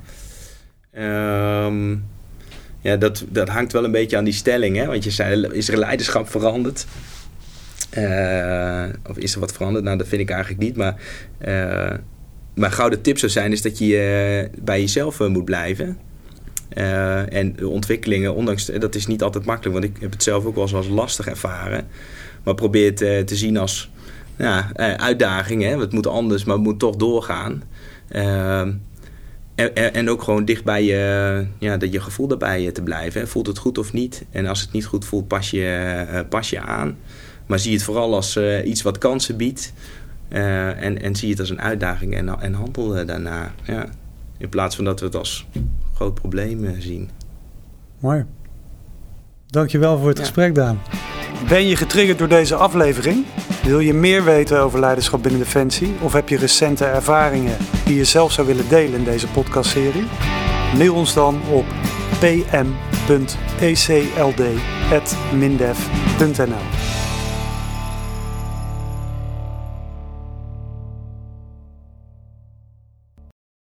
Um, Ja, dat, dat hangt wel een beetje aan die stelling. Hè? Want je zei, is er leiderschap veranderd? Uh, of is er wat veranderd? Nou, dat vind ik eigenlijk niet. Maar uh, mijn gouden tip zou zijn is dat je uh, bij jezelf uh, moet blijven. Uh, en de ontwikkelingen, ondanks dat is niet altijd makkelijk, want ik heb het zelf ook wel eens als lastig ervaren. Maar probeer het uh, te zien als ja, uh, uitdaging. Hè? Het moet anders, maar het moet toch doorgaan. Uh, en, en ook gewoon dicht bij je, ja, dat je gevoel daarbij te blijven. Hè? Voelt het goed of niet? En als het niet goed voelt, pas je, uh, pas je aan. Maar zie het vooral als uh, iets wat kansen biedt. Uh, en, en zie het als een uitdaging en, en handel uh, daarna. Ja. In plaats van dat we het als groot probleem uh, zien. Mooi. Dankjewel voor het ja. gesprek, Daan. Ben je getriggerd door deze aflevering? Wil je meer weten over leiderschap binnen Defensie? Of heb je recente ervaringen die je zelf zou willen delen in deze podcastserie? Mail ons dan op p m punt e c l d apenstaartje mindef punt n l.